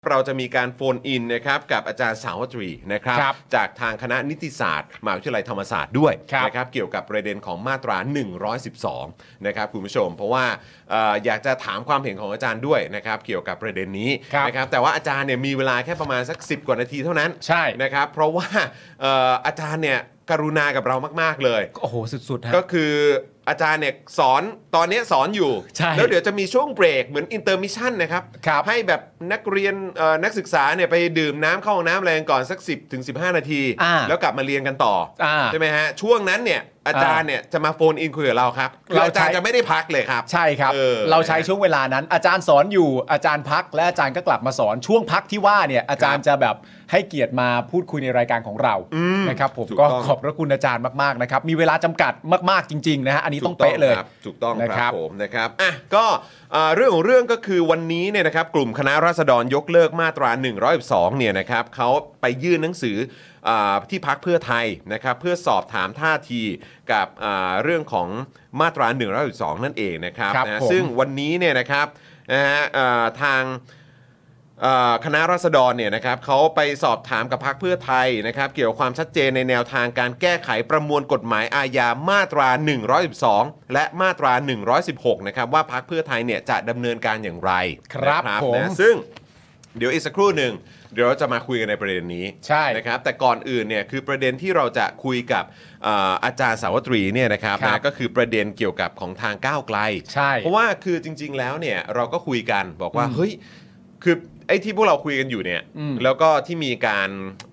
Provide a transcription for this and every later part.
เราจะมีการโฟนอินนะครับกับอาจารย์สาวตรีนะครับจากทางคณะนิติศาสตร์มหาวิทยาลัยธรรมศาสตร์ด้วยนะครับเกี่ยวกับประเด็นของมาตรา112นะครับคุณผู้ชมเพราะว่าอยากจะถามความเห็นของอาจารย์ด้วยนะครับเกี่ยวกับประเด็นนี้นะครับแต่ว่าอาจารย์เนี่ยมีเวลาแค่ประมาณสัก10 กว่านาทีเท่านั้นใช่นะครับเพราะว่าอาจารย์เนี่ยกรุณากับเรามากๆเลยโอ้โหสุดๆก็คืออาจารย์เนี่ยสอนตอนนี้สอนอยู่แล้วเดี๋ยวจะมีช่วงเบรกเหมือนอินเตอร์มิชชั่นนะครับให้แบบนักเรียนนักศึกษาเนี่ยไปดื่มน้ำเข้าห้องน้ำอะไรก่อนสัก10 ถึง 15 นาทีแล้วกลับมาเรียนกันต่อใช่ไหมฮะช่วงนั้นเนี่ยอาจารย์เนี่ยจะมาโฟนอินคุยกับเราครับอาจารย์จะไม่ได้พักเลยครับใช่ครับเราใช้ช่วงเวลานั้นอาจารย์สอนอยู่อาจารย์พักและอาจารย์ก็กลับมาสอนช่วงพักที่ว่าเนี่ยอาจารย์จะแบบให้เกียรติมาพูดคุยในรายการของเรานะครับผมก็ขอบพระคุณอาจารย์มากๆนะครับมีเวลาจำกัดมากๆจริงๆนะฮะอันนี้ต้องเป๊ะเลยถูกต้องครับผมนะครับก็เรื่องของเรื่องก็คือวันนี้เนี่ยนะครับกลุ่มคณะราษฎรยกเลิกมาตรา112เนี่ยนะครับเขาไปยื่นหนังสือที่พรรคเพื่อไทยนะครับเพื่อสอบถามท่าทีกับเรื่องของมาตรา112นั่นเองนะครับนะซึ่งวันนี้เนี่ยนะครับนะฮะทางคณะราษฎรเนี่ยนะครับเขาไปสอบถามกับพรรคเพื่อไทยนะครับเกี่ยวกับความชัดเจนในแนวทางการแก้ไขประมวลกฎหมายอาญามาตรา112และมาตรา116นะครับว่าพรรคเพื่อไทยเนี่ยจะดำเนินการอย่างไรครับผมนะซึ่งเดี๋ยวอีกสักครู่หนึ่งเดี๋ยวเราจะมาคุยกันในประเด็นนี้ใช่นะครับแต่ก่อนอื่นเนี่ยคือประเด็นที่เราจะคุยกับอาจารย์สาวตรีเนี่ยนะครับนะก็คือประเด็นเกี่ยวกับของทางก้าวไกลใช่เพราะว่าคือจริงๆแล้วเนี่ยเราก็คุยกันบอกว่าเฮ้ยคือไอ้ที่พวกเราคุยกันอยู่เนี่ยแล้วก็ที่มีการ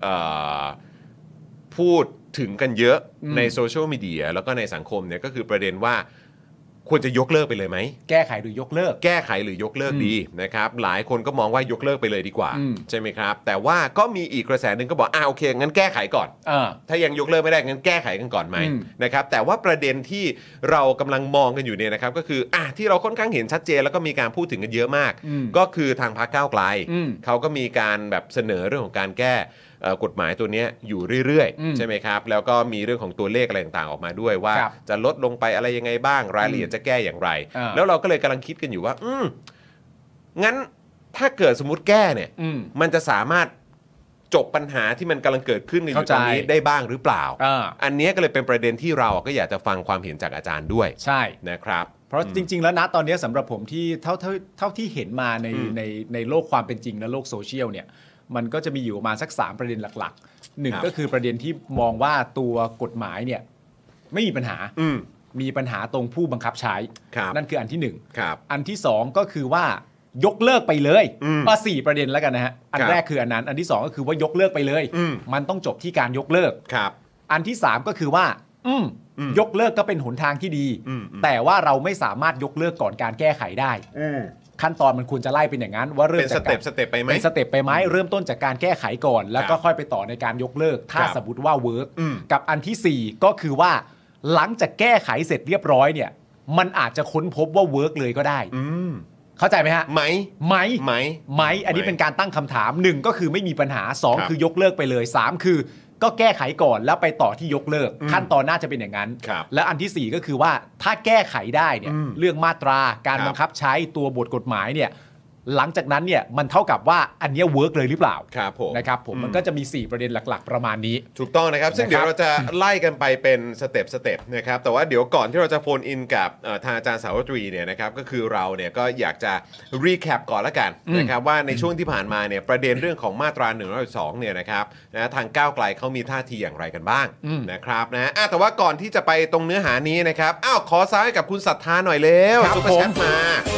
พูดถึงกันเยอะในโซเชียลมีเดียแล้วก็ในสังคมเนี่ยก็คือประเด็นว่าควรจะยกเลิกไปเลยไหมแก้ไขหรือยกเลิกแก้ไขหรือยกเลิกดีนะครับหลายคนก็มองว่ายกเลิกไปเลยดีกว่าใช่ไหมครับแต่ว่าก็มีอีกกระแสหนึ่งก็บอกโอเคงั้นแก้ไขก่อนถ้ายังยกเลิกไม่ได้งั้นแก้ไขกันก่อนไหมนะครับแต่ว่าประเด็นที่เรากำลังมองกันอยู่เนี่ยนะครับก็คือที่เราค่อนข้างเห็นชัดเจนแล้วก็มีการพูดถึงกันเยอะมากก็คือทางพรรคก้าวไกลเขาก็มีการแบบเสนอเรื่องของการแก้กฎหมายตัวนี้อยู่เรื่อยๆใช่ไหมครับแล้วก็มีเรื่องของตัวเลขอะไรต่างๆออกมาด้วยว่าจะลดลงไปอะไรยังไงบ้างรายละเอียดจะแก้อย่างไรแล้วเราก็เลยกำลังคิดกันอยู่ว่างั้นถ้าเกิดสมมุติแก้เนี่ยมันจะสามารถจบปัญหาที่มันกำลังเกิดขึ้นในอยู่ตรงนี้ได้บ้างหรือเปล่าอันนี้ก็เลยเป็นประเด็นที่เราก็อยากจะฟังความเห็นจากอาจารย์ด้วยใช่นะครับเพราะจริงๆแล้วนะตอนนี้สำหรับผมที่เท่าที่เห็นมาในโลกความเป็นจริงและโลกโซเชียลเนี่ยมันก็จะมีอยู่ประมาณสัก3ประเด็นหลักๆ1ก็คือประเด็นที่มองว่าตัวกฎหมายเนี่ยไม่มีปัญหามีปัญหาตรงผู้บังคับใช้นั่นคืออันที่1อันที่2ก็คือว่ายกเลิกไปเลย4ประเด็นแล้วกันนะฮะอันแรกคืออันนั้นอันที่2ก็คือว่ายกเลิกไปเลยมันต้องจบที่การยกเลิกอันที่3ก็คือว่ายกเลิกก็เป็นหนทางที่ดีแต่ว่าเราไม่สามารถยกเลิกก่อนการแก้ไขได้ขั้นตอนมันควรจะไล่เป็นอย่างนั้นว่าเริ่มจากสเต็ปไปไหมเป็นสเต็ปไปไหมเริ่มต้นจากการแก้ไขก่อนแล้วก็ค่อยไปต่อในการยกเลิกถ้าสมมติว่าเวิร์กกับอันที่4ก็คือว่าหลังจากแก้ไขเสร็จเรียบร้อยเนี่ยมันอาจจะค้นพบว่าเวิร์กเลยก็ได้เข้าใจไหมฮะไหมอันนี้เป็นการตั้งคำถาม1ก็คือไม่มีปัญหา2คือยกเลิกไปเลย3คือก็แก้ไขก่อนแล้วไปต่อที่ยกเลิกขั้นตอนน่าจะเป็นอย่างนั้นและอันที่4ก็คือว่าถ้าแก้ไขได้เนี่ยเรื่องมาตราการบังคับใช้ตัวบทกฎหมายเนี่ยหลังจากนั้นเนี่ยมันเท่ากับว่าอันนี้เวิร์กเลยหรือเปล่านะครับผมมันก็จะมี4ประเด็นหลักๆประมาณนี้ถูกต้องนะครับซึ่งเดี๋ยวเราจะไล่กันไปเป็นสเต็ปนะครับแต่ว่าเดี๋ยวก่อนที่เราจะโฟนอินกับทางอาจารย์สาวตรีเนี่ยนะครับก็คือเราเนี่ยก็อยากจะรีแคปก่อนละกันนะครับว่าในช่วงที่ผ่านมาเนี่ยประเด็นเรื่องของมาตรา112เนี่ยนะครับทางก้าวไกลเขามีท่าทีอย่างไรกันบ้างนะครับนะแต่ว่าก่อนที่จะไปตรงเนื้อหานี้นะครับขอซ้ายกับคุณศรัทธาหน่อยเร็วซุปเปอร์แชทมา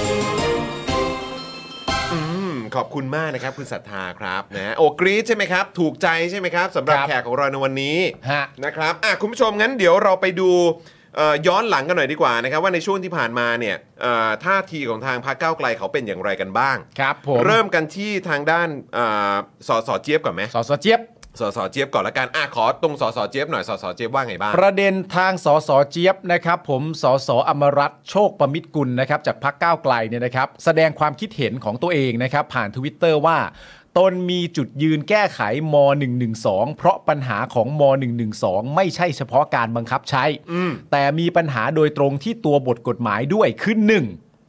ขอบคุณมากนะครับคุณศรัทธาครับนะกรี๊ดใช่ไหมครับถูกใจใช่ไหมครับสำหรับแขกของเราในวันนี้นะครับคุณผู้ชมงั้นเดี๋ยวเราไปดูย้อนหลังกันหน่อยดีกว่านะครับว่าในช่วงที่ผ่านมาเนี่ยท่าทีของทางพรรคก้าวไกลเขาเป็นอย่างไรกันบ้างครับผมเริ่มกันที่ทางด้านสสเจี๊ยบก่อนไหมสสเจี๊ยบก่อนละกันขอตรงสสเจี๊ยบหน่อยสสเจี๊ยบว่าไงบ้างประเด็นทางสสเจี๊ยบนะครับผมสสอมรัตน์โชคประมิตรกุลนะครับจากพรรคก้าวไกลเนี่ยนะครับแสดงความคิดเห็นของตัวเองนะครับผ่าน Twitter ว่าตนมีจุดยืนแก้ไขม.112 เพราะปัญหาของม.112 ไม่ใช่เฉพาะการบังคับใช้แต่มีปัญหาโดยตรงที่ตัวบทกฎหมายด้วยคือ1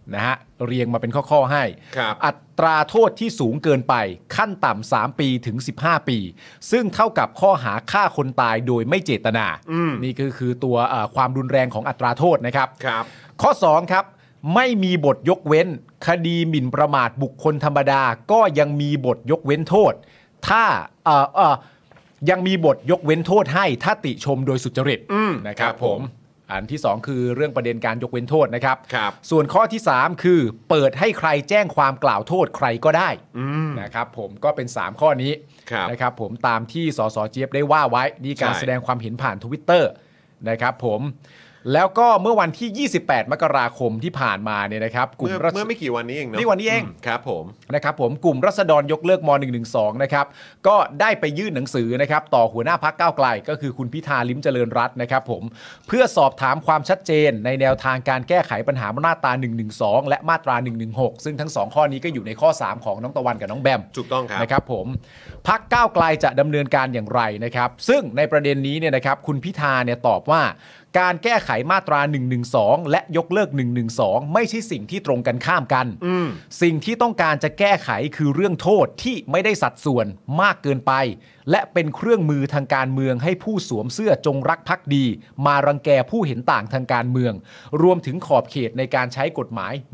นะฮะเรียงมาเป็นข้อๆให้อัตราโทษที่สูงเกินไปขั้นต่ำ3ปีถึง15ปีซึ่งเท่ากับข้อหาฆ่าคนตายโดยไม่เจตนานี่ก็คือตัวความรุนแรงของอัตราโทษนะครับข้อ2ครับไม่มีบทยกเว้นคดีหมิ่นประมาทบุคคลธรรมดาก็ยังมีบทยกเว้นโทษถ้ายังมีบทยกเว้นโทษให้ถ้าติชมโดยสุจริตนะครับผมอันที่2คือเรื่องประเด็นการยกเว้นโทษนะครับส่วนข้อที่3คือเปิดให้ใครแจ้งความกล่าวโทษใครก็ได้นะครับผมก็เป็น3ข้อนี้นะครับผมตามที่สสเจี๊ยบได้ว่าไว้นี่การแสดงความเห็นผ่าน Twitter นะครับผมแล้วก็เมื่อวันที่28มกราคมที่ผ่านมาเนี่ยนะครับกลุ่มเมื่อไม่กี่วันนี้เองเนาะนี่วันนี้เองครับผมนะครับผมกลุ่มราษฎรยกเลิกม.112 นะครับก็ได้ไปยื่นหนังสือนะครับต่อหัวหน้าพรรคก้าวไกลก็คือคุณพิธาลิ้มเจริญรัตน์นะครับผมเพื่อสอบถามความชัดเจนในแนวทางการแก้ไขปัญหามาตรา112และมาตรา116ซึ่งทั้ง2ข้อนี้ก็อยู่ในข้อ3ของน้องตะวันกับน้องแบมถูกต้องครับนะครับผมพรรคก้าวไกลจะดำเนินการอย่างไรนะครับซึ่งในประเด็นนี้เนี่ยนะครับคุณพิธาเนี่ยตอบว่าการแก้ไขมาตรา112และยกเลิก112ไม่ใช่สิ่งที่ตรงกันข้ามกันสิ่งที่ต้องการจะแก้ไขคือเรื่องโทษที่ไม่ได้สัดส่วนมากเกินไปและเป็นเครื่องมือทางการเมืองให้ผู้สวมเสื้อจงรักภักดีมารังแกผู้เห็นต่างทางการเมืองรวมถึงขอบเขตในการใช้กฎหมาย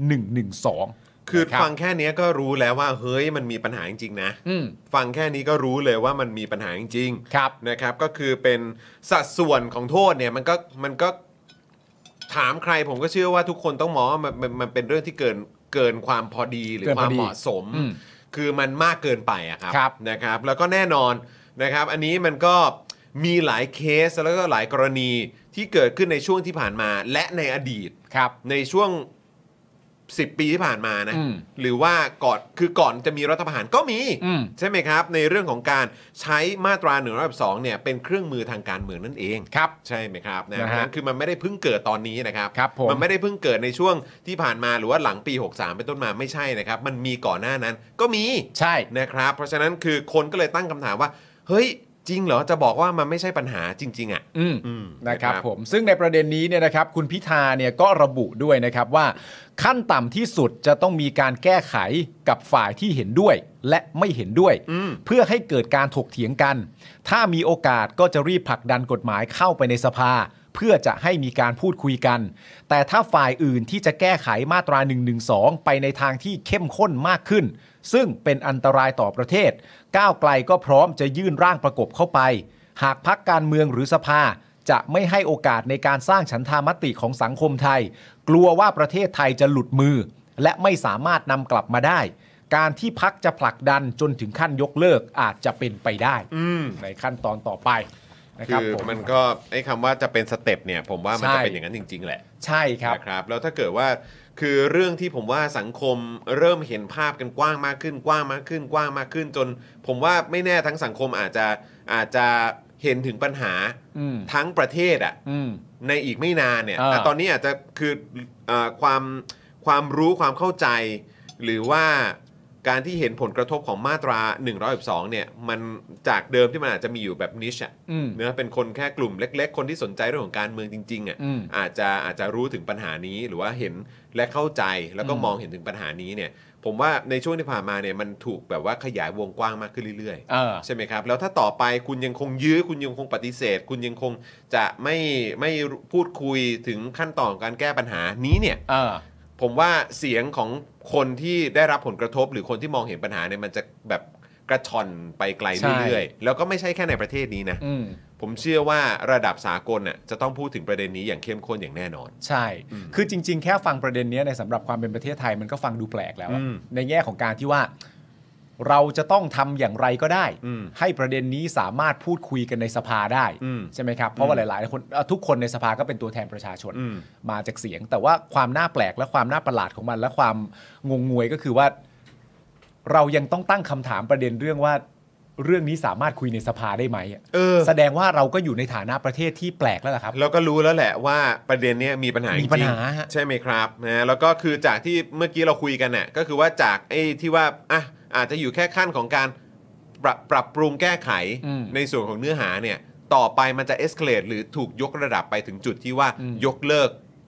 112 คือฟังแค่นี้ก็รู้แล้วว่าเฮ้ยมันมีปัญหาจริงๆนะฟังแค่นี้ก็รู้เลยว่ามันมีปัญหาจริงๆนะครับก็คือเป็นสัดส่วนของโทษเนี่ยมันก็ถามใครผมก็เชื่อว่าทุกคนต้องมองว่ามันเป็นเรื่องที่เกินความพอดีหรือความเหมาะสมคือมันมากเกินไปอะครับนะครับแล้วก็แน่นอนนะครับอันนี้มันก็มีหลายเคสแล้วก็หลายกรณีที่เกิดขึ้นในช่วงที่ผ่านมาและในอดีตในช่วง10 ปีที่ผ่านมานะหรือว่าก่อนจะมีรัฐประหารก็มีใช่ไหมครับในเรื่องของการใช้มาตรา112เนี่ยเป็นเครื่องมือทางการเมืองนั่นเองใช่ไหมครับนั่นคือมันไม่ได้เพิ่งเกิดตอนนี้นะครับมันไม่ได้เพิ่งเกิดในช่วงที่ผ่านมาหรือว่าหลังปี63เป็นต้นมาไม่ใช่นะครับมันมีก่อนหน้านั้นก็มีใช่นะครับเพราะฉะนั้นคือคนก็เลยตั้งคำถามว่าเฮ้ยจริงเหรอจะบอกว่ามันไม่ใช่ปัญหาจริงๆอ่ะนะครับผมซึ่งในประเด็นนี้เนี่ยนะครับคุณพิธาเนี่ยก็ระบุด้วยนะครับว่าขั้นต่ำที่สุดจะต้องมีการแก้ไขกับฝ่ายที่เห็นด้วยและไม่เห็นด้วยเพื่อให้เกิดการถกเถียงกันถ้ามีโอกาสก็จะรีบผลักดันกฎหมายเข้าไปในสภาเพื่อจะให้มีการพูดคุยกันแต่ถ้าฝ่ายอื่นที่จะแก้ไขมาตรา112ไปในทางที่เข้มข้นมากขึ้นซึ่งเป็นอันตรายต่อประเทศก้าวไกลก็พร้อมจะยื่นร่างประกบเข้าไปหากพรรคการเมืองหรือสภาจะไม่ให้โอกาสในการสร้างฉันทามติของสังคมไทยกลัวว่าประเทศไทยจะหลุดมือและไม่สามารถนำกลับมาได้การที่พรรคจะผลักดันจนถึงขั้นยกเลิกอาจจะเป็นไปได้ในขั้นตอนต่อไปคือมันก็ไอ้คำว่าจะเป็นสเต็ปเนี่ยผมว่ามันจะเป็นอย่างนั้นจริงๆแหละใช่ครับนะครับแล้วถ้าเกิดว่าคือเรื่องที่ผมว่าสังคมเริ่มเห็นภาพกันกว้างมากขึ้นจนผมว่าไม่แน่ทั้งสังคมอาจจะเห็นถึงปัญหาทั้งประเทศอ่ะในอีกไม่นานเนี่ยแต่ตอนนี้อาจจะคือความรู้ความเข้าใจหรือว่าการที่เห็นผลกระทบของมาตรา112เนี่ยมันจากเดิมที่มันอาจจะมีอยู่แบบนิชอ่ะเนื้อเป็นคนแค่กลุ่มเล็กๆคนที่สนใจเรื่องของการเมืองจริงๆอ่ะอาจจะรู้ถึงปัญหานี้หรือว่าเห็นและเข้าใจแล้วก็มองเห็นถึงปัญหานี้เนี่ยผมว่าในช่วงที่ผ่านมาเนี่ยมันถูกแบบว่าขยายวงกว้างมากขึ้นเรื่อยๆใช่ไหมครับแล้วถ้าต่อไปคุณยังคงยื้อคุณยังคงปฏิเสธคุณยังคงจะไม่พูดคุยถึงขั้นตอนการแก้ปัญหานี้เนี่ยผมว่าเสียงของคนที่ได้รับผลกระทบหรือคนที่มองเห็นปัญหาเนี่ยมันจะแบบกระชอนไปไกลเรื่อยๆแล้วก็ไม่ใช่แค่ในประเทศนี้นะผมเชื่อว่าระดับสากลน่ะจะต้องพูดถึงประเด็นนี้อย่างเข้มข้นอย่างแน่นอนใช่คือจริงๆแค่ฟังประเด็นนี้ในสำหรับความเป็นประเทศไทยมันก็ฟังดูแปลกแล้วในแง่ของการที่ว่าเราจะต้องทำอย่างไรก็ได้ให้ประเด็นนี้สามารถพูดคุยกันในสภาได้ใช่ไหมครับเพราะว่าหลายๆคนทุกคนในสภาก็เป็นตัวแทนประชาชนมาจากเสียงแต่ว่าความน่าแปลกและความน่าประหลาดของมันและความงงงวยก็คือว่าเรายังต้องตั้งคำถามประเด็นเรื่องว่าเรื่องนี้สามารถคุยในสภาได้ไหมแสดงว่าเราก็อยู่ในฐานะประเทศที่แปลกแล้วล่ะครับเราก็รู้แล้วแหละว่าประเด็นนี้มีปัญหาจริงใช่ไหมครับนะแล้วก็คือจากที่เมื่อกี้เราคุยกันน่ะก็คือว่าจากไอ้ที่ว่าอาจจะอยู่แค่ขั้นของการปรับปรุงแก้ไขในส่วนของเนื้อหาเนี่ยต่อไปมันจะเอ็กซ์เคเลตหรือถูกยกระดับไปถึงจุดที่ว่ายกเลิก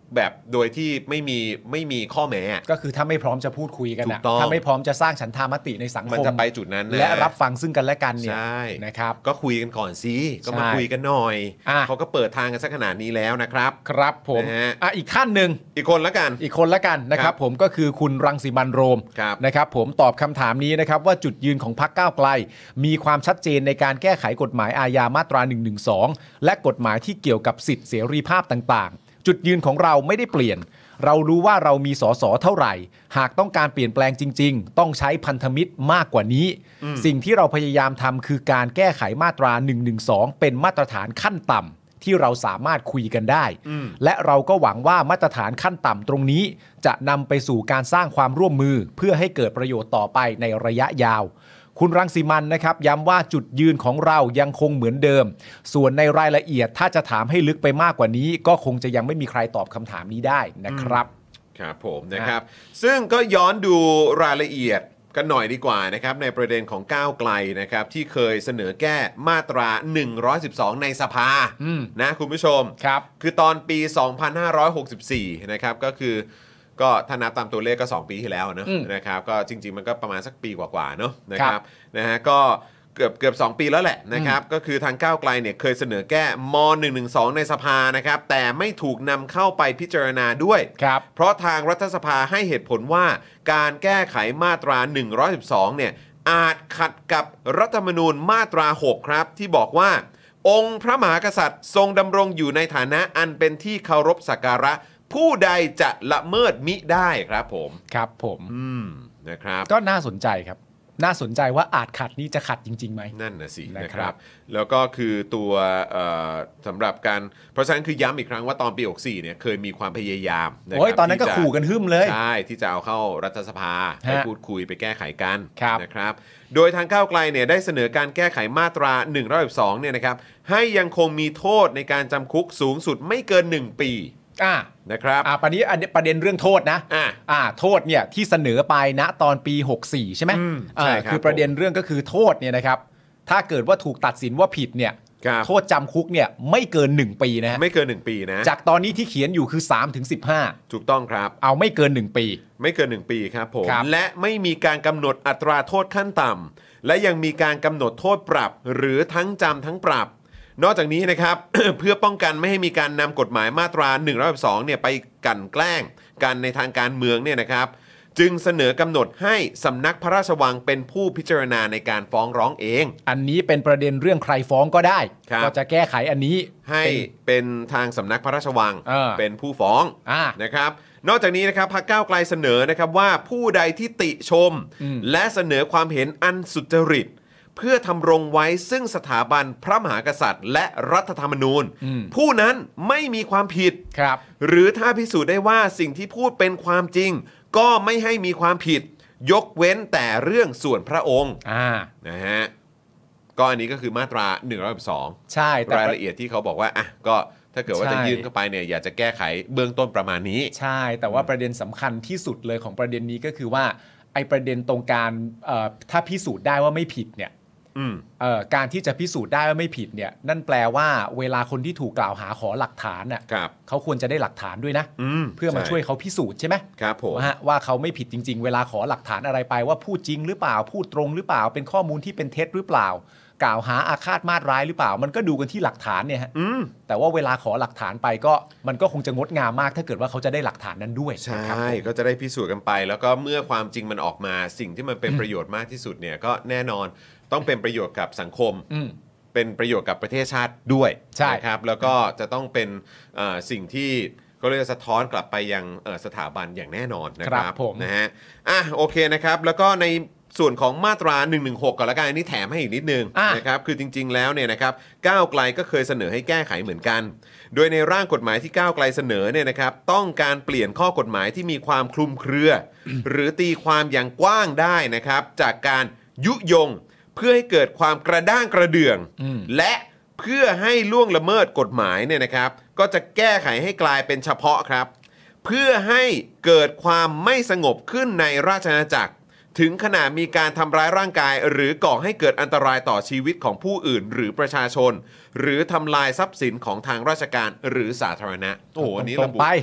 แบบโดยที่ไม่มีข้อแม้ก็คือถ้าไม่พร้อมจะพูดคุยกันนะถ้าไม่พร้อมจะสร้างฉันทามติในสังคมมันจะไปจุดนั้นนะและรับฟังซึ่งกันและกันเนี่ยนะครับก็คุยกันก่อนสิก็มาคุยกันหน่อยเขาก็เปิดทางกันสักขนาดนี้แล้วนะครับครับผมอีกขั้นหนึ่งอีกคนละกันนะครับผมก็คือคุณรังสิมันต์โรมนะครับผมตอบคำถามนี้นะครับว่าจุดยืนของพรรคก้าวไกลมีความชัดเจนในการแก้ไขกฎหมายอาญามาตรา112และกฎหมายที่เกี่ยวกับสิทธิเสรีภาพต่างๆจุดยืนของเราไม่ได้เปลี่ยนเรารู้ว่าเรามีสสเท่าไหร่หากต้องการเปลี่ยนแปลงจริงๆต้องใช้พันธมิตรมากกว่านี้สิ่งที่เราพยายามทำคือการแก้ไขมาตรา112เป็นมาตรฐานขั้นต่ำที่เราสามารถคุยกันได้และเราก็หวังว่ามาตรฐานขั้นต่ำตรงนี้จะนำไปสู่การสร้างความร่วมมือเพื่อให้เกิดประโยชน์ต่อไปในระยะยาวคุณรังสิมันต์นะครับย้ำว่าจุดยืนของเรายังคงเหมือนเดิมส่วนในรายละเอียดถ้าจะถามให้ลึกไปมากกว่านี้ก็คงจะยังไม่มีใครตอบคำถามนี้ได้นะครับครับผมนะครับซึ่งก็ย้อนดูรายละเอียดกันหน่อยดีกว่านะครับในประเด็นของก้าวไกลนะครับที่เคยเสนอแก้มาตรา112ในสภานะคุณผู้ชมครับคือตอนปี2564นะครับก็คือก็ถ้านับตามตัวเลขก็2ปีที่แล้วนะครับก็จริงๆมันก็ประมาณสักปีกว่าๆเนาะนะครับนะฮะก็เกือบ2ปีแล้วแหละนะครับก็คือทางก้าวไกลเนี่ยเคยเสนอแก้ม.112ในสภานะครับแต่ไม่ถูกนำเข้าไปพิจารณาด้วยเพราะทางรัฐสภาให้เหตุผลว่าการแก้ไขมาตรา112เนี่ยอาจขัดกับรัฐธรรมนูญมาตรา6ครับที่บอกว่าองค์พระมหากษัตริย์ทรงดำรงอยู่ในฐานะอันเป็นที่เคารพสักการะผู้ใดจะละเมิดมิได้ครับผมครับผมนะครับก็น่าสนใจครับน่าสนใจว่าอาจขัดนี้จะขัดจริงๆไหมนั่นนะสินะครับแล้วก็คือตัวสำหรับการเพราะฉะนั้นคือย้ำอีกครั้งว่าตอนปี64เนี่ยเคยมีความพยายามโอ้ยตอนนั้นก็ขู่กันหึ่มเลยใช่ที่จะเอาเข้ารัฐสภาไปพูดคุยไปแก้ไขกันนะครับโดยทางก้าวไกลเนี่ยได้เสนอการแก้ไขมาตรา112เนี่ยนะครับให้ยังคงมีโทษในการจำคุกสูงสุดไม่เกิน1ปีนะครับประเด็นเรื่องโทษนะโทษเนี่ยที่เสนอไปณตอนปี64ใช่ไหมคือประเด็นเรื่องก็คือโทษเนี่ยนะครับถ้าเกิดว่าถูกตัดสินว่าผิดเนี่ยโทษจำคุกเนี่ยไม่เกิน1ปีนะไม่เกิน1ปีนะจากตอนนี้ที่เขียนอยู่คือ3-15 ถูกต้องครับเอาไม่เกิน1ปีไม่เกิน1ปีครับผมและไม่มีการกำหนดอัตราโทษขั้นต่ำและยังมีการกำหนดโทษปรับหรือทั้งจำทั้งปรับนอกจากนี้นะครับ เพื่อป้องกันไม่ให้มีการนำกฎหมายมาตรา112เนี่ยไปกลั่นแกล้งกันในทางการเมืองเนี่ยนะครับจึงเสนอกำหนดให้สำนักพระราชวังเป็นผู้พิจารณาในการฟ้องร้องเองอันนี้เป็นประเด็นเรื่องใครฟ้องก็ได้ก็จะแก้ไขอันนี้ให้เป็นทางสำนักพระราชวังเป็นผู้ฟ้องนะครับนอกจากนี้นะครับพรรคก้าวไกลเสนอนะครับว่าผู้ใดที่ติชมและเสนอความเห็นอันสุจริตเพื่อทำรงไว้ซึ่งสถาบันพระมหากษัตริย์และรัฐธรรมนูญผู้นั้นไม่มีความผิดหรือถ้าพิสูจน์ได้ว่าสิ่งที่พูดเป็นความจริงก็ไม่ให้มีความผิดยกเว้นแต่เรื่องส่วนพระองค์นะฮะก็อันนี้ก็คือมาตรา112 ใช่แต่รายละเอียดที่เขาบอกว่าอ่ะก็ถ้าเกิดว่าจะยื่นเข้าไปเนี่ยอยากจะแก้ไขเบื้องต้นประมาณนี้ใช่แต่ว่าประเด็นสำคัญที่สุดเลยของประเด็นนี้ก็คือว่าไอ้ประเด็นตรงการถ้าพิสูจน์ได้ว่าไม่ผิดเนี่ยการที่จะพิสูจน์ได้ว่าไม่ผิดเนี่ยนั่นแปลว่าเวลาคนที่ถูกกล่าวหาขอหลักฐานน่ะเขาควรจะได้หลักฐานด้วยนะเพื่อมาช่วยเขาพิสูจน์ใช่ไหมครับผมว่าเขาไม่ผิดจริงๆเวลาขอหลักฐานอะไรไปว่าพูดจริงหรือเปล่าพูดตรงหรือเปล่าเป็นข้อมูลที่เป็นเท็จหรือเปล่ากล่าวหาอาฆาตมาตร้ายหรือเปล่ามันก็ดูกันที่หลักฐานเนี่ยฮะแต่ว่าเวลาขอหลักฐานไปก็มันก็คงจะงดงามมากถ้าเกิดว่าเขาจะได้หลักฐานนั้นด้วยใช่ก็จะได้พิสูจน์กันไปแล้วก็เมื่อความจริงมันออกมาสิ่งที่มันเป็นประโยชน์มากที่สุดเนี่ยก็แน่นอนต้องเป็นประโยชน์กับสังคมเป็นประโยชน์กับประเทศชาติด้วยนะครับแล้วก็จะต้องเป็นสิ่งที่ก็เรียกสะท้อนกลับไปยังสถาบันอย่างแน่นอนนะครับนะฮะโอเคนะครับแล้วก็ในส่วนของมาตรา116ก่อนละกันอันนี้แถมให้อีกนิดนึงนะครับคือจริงๆแล้วเนี่ยนะครับก้าวไกลก็เคยเสนอให้แก้ไขเหมือนกันโดยในร่างกฎหมายที่ก้าวไกลเสนอเนี่ยนะครับต้องการเปลี่ยนข้อกฎหมายที่มีความคลุมเครือ หรือตีความอย่างกว้างได้นะครับจากการยุยงเพื่อให้เกิดความกระด้างกระเดื่องและเพื่อให้ล่วงละเมิดกฎหมายเนี่ยนะครับก็จะแก้ไขให้กลายเป็นเฉพาะครับเพื่อให้เกิดความไม่สงบขึ้นในราชอาณาจักรถึงขนาดมีการทำร้ายร่างกายหรือก่อให้เกิดอันตรายต่อชีวิตของผู้อื่นหรือประชาชนหรือทำลายทรัพย์สินของทางราชการหรือสาธารณะโอ้โหอันนี้ระบุ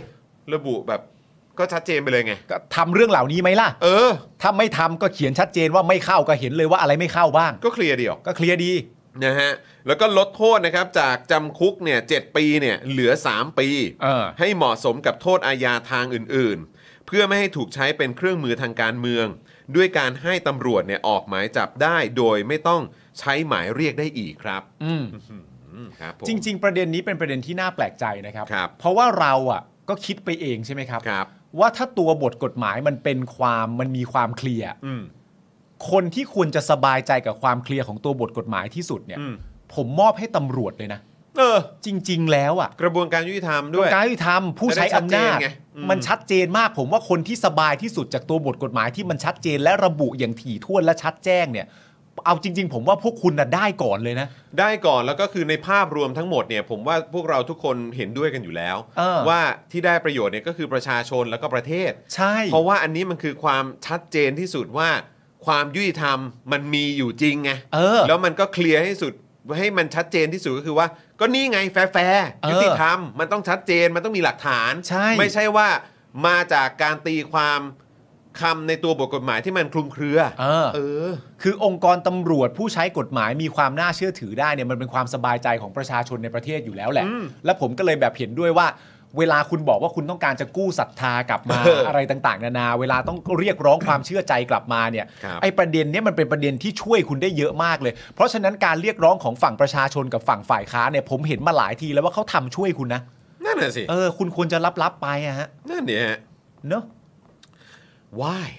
ระบุแบบก็ชัดเจนไปเลยไงก็ทำเรื่องเหล่านี้ไหมล่ะถ้าไม่ทำก็เขียนชัดเจนว่าไม่เข้าก็เห็นเลยว่าอะไรไม่เข้าบ้างก็เคลียร์เดียวก็เคลียร์ดีนะฮะแล้วก็ลดโทษนะครับจากจำคุกเนี่ย7 ปีเนี่ยเหลือ3 ปีให้เหมาะสมกับโทษอาญาทางอื่นๆเพื่อไม่ให้ถูกใช้เป็นเครื่องมือทางการเมืองด้วยการให้ตำรวจเนี่ยออกหมายจับได้โดยไม่ต้องใช้หมายเรียกได้อีกครับจริงๆประเด็นนี้เป็นประเด็นที่น่าแปลกใจนะครับเพราะว่าเราอ่ะก็คิดไปเองใช่ไหมครับว่าถ้าตัวบทกฎหมายมันมีความเคลียร์คนที่ควรจะสบายใจกับความเคลียร์ของตัวบทกฎหมายที่สุดเนี่ยผมมอบให้ตำรวจเลยนะจริงๆแล้วอ่ะกระบวนการยุติธรรมด้วยการยุติธรรมผู้ใช้อำนาจมันชัดเจนมากผมว่าคนที่สบายที่สุดจากตัวบทกฎหมายที่มันชัดเจนและระบุอย่างถี่ถ้วนและชัดแจ้งเนี่ยเอาจริงๆผมว่าพวกคุณน่ะได้ก่อนเลยนะได้ก่อนแล้วก็คือในภาพรวมทั้งหมดเนี่ยผมว่าพวกเราทุกคนเห็นด้วยกันอยู่แล้วว่าที่ได้ประโยชน์เนี่ยก็คือประชาชนแล้วก็ประเทศใช่เพราะว่าอันนี้มันคือความชัดเจนที่สุดว่าความยุติธรรมมันมีอยู่จริงไงแล้วมันก็เคลียร์ให้สุดให้มันชัดเจนที่สุดก็คือว่าก็นี่ไงแฟร์ยุติธรรมมันต้องชัดเจนมันต้องมีหลักฐานไม่ใช่ว่ามาจากการตีความคำในตัวบทกฎหมายที่มันคลุมเครือคือองค์กรตำรวจผู้ใช้กฎหมายมีความน่าเชื่อถือได้เนี่ยมันเป็นความสบายใจของประชาชนในประเทศอยู่แล้วแหละและผมก็เลยแบบเห็นด้วยว่าเวลาคุณบอกว่าคุณต้องการจะกู้ศรัทธากลับมาอะไรต่างๆนานาเวลาต้องเรียกร้องความเชื่อใจกลับมาเนี่ยไอ้ประเด็นนี้มันเป็นประเด็นที่ช่วยคุณได้เยอะมากเลยเพราะฉะนั้นการเรียกร้องของฝั่งประชาชนกับฝั่งฝ่ายค้านเนี่ยผมเห็นมาหลายทีแล้วว่าเขาทำช่วยคุณนะนั่นแหละสิคุณควรจะรับไปอะฮะนั่นเนี่ยเนอะ why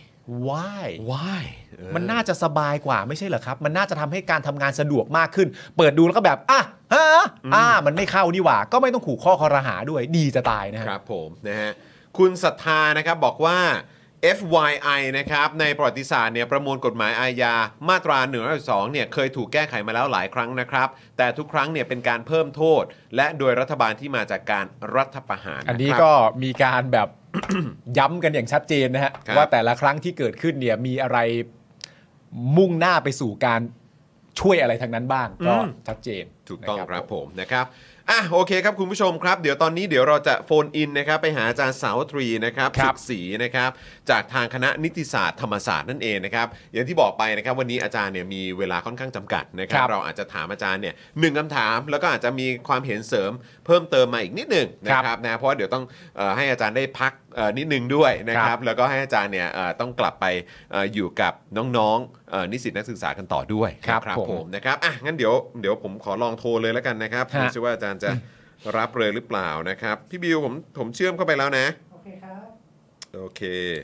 มันน่าจะสบายกว่าไม่ใช่เหรอครับมันน่าจะทำให้การทำงานสะดวกมากขึ้นเปิดดูแล้วก็แบบมันไม่เข้านี่หว่าก็ไม่ต้องขู่ข้อคอรหาด้วยดีจะตายนะครับผมนะฮะคุณศรัทธานะครับบอกว่า FYI นะครับในประวัติศาสตร์เนี่ยประมวลกฎหมายอาญามาตรา112เนี่ยเคยถูกแก้ไขมาแล้วหลายครั้งนะครับแต่ทุกครั้งเนี่ยเป็นการเพิ่มโทษและโดยรัฐบาลที่มาจากการรัฐประหารอันนี้ก็มีการแบบ ย้ำกันอย่างชัดเจนนะฮะว่าแต่ละครั้งที่เกิดขึ้นเนี่ยมีอะไรมุ่งหน้าไปสู่การช่วยอะไรทางนั้นบ้างก็ชัดเจนถูกต้องครับผมนะครับโอเคครับคุณผู้ชมครับเดี๋ยวตอนนี้เราจะโฟนอินนะครับไปหาอาจารย์สาวตรีนะครับสุขศรีนะครับจากทางคณะนิติศาสตร์ธรรมศาสตร์นั่นเองนะครับอย่างที่บอกไปนะครับวันนี้อาจารย์เนี่ยมีเวลาค่อนข้างจำกัดนะครับเราอาจจะถามอาจารย์เนี่ย1 คำถามแล้วก็อาจจะมีความเห็นเสริมเพิ่มเติมมาอีกนิดนึงนะครับนะเพราะเดี๋ยวต้องให้อาจารย์ได้พักนิดนึงด้วยนะครับแล้วก็ให้อาจารย์เนี่ยต้องกลับไปอยู่กับน้องๆนิสิตนักศึกษากันต่อด้วยครับผมนะครับงั้นเดี๋ยวผมขอลองโทรเลยแล้วกันนะครับดูซิว่าอาจารย์จะรับเลยหรือเปล่านะครับพี่บิวผมเชื่อมเข้าไปแล้วนะโอเคครับโอเค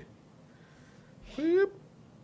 ปึ๊บ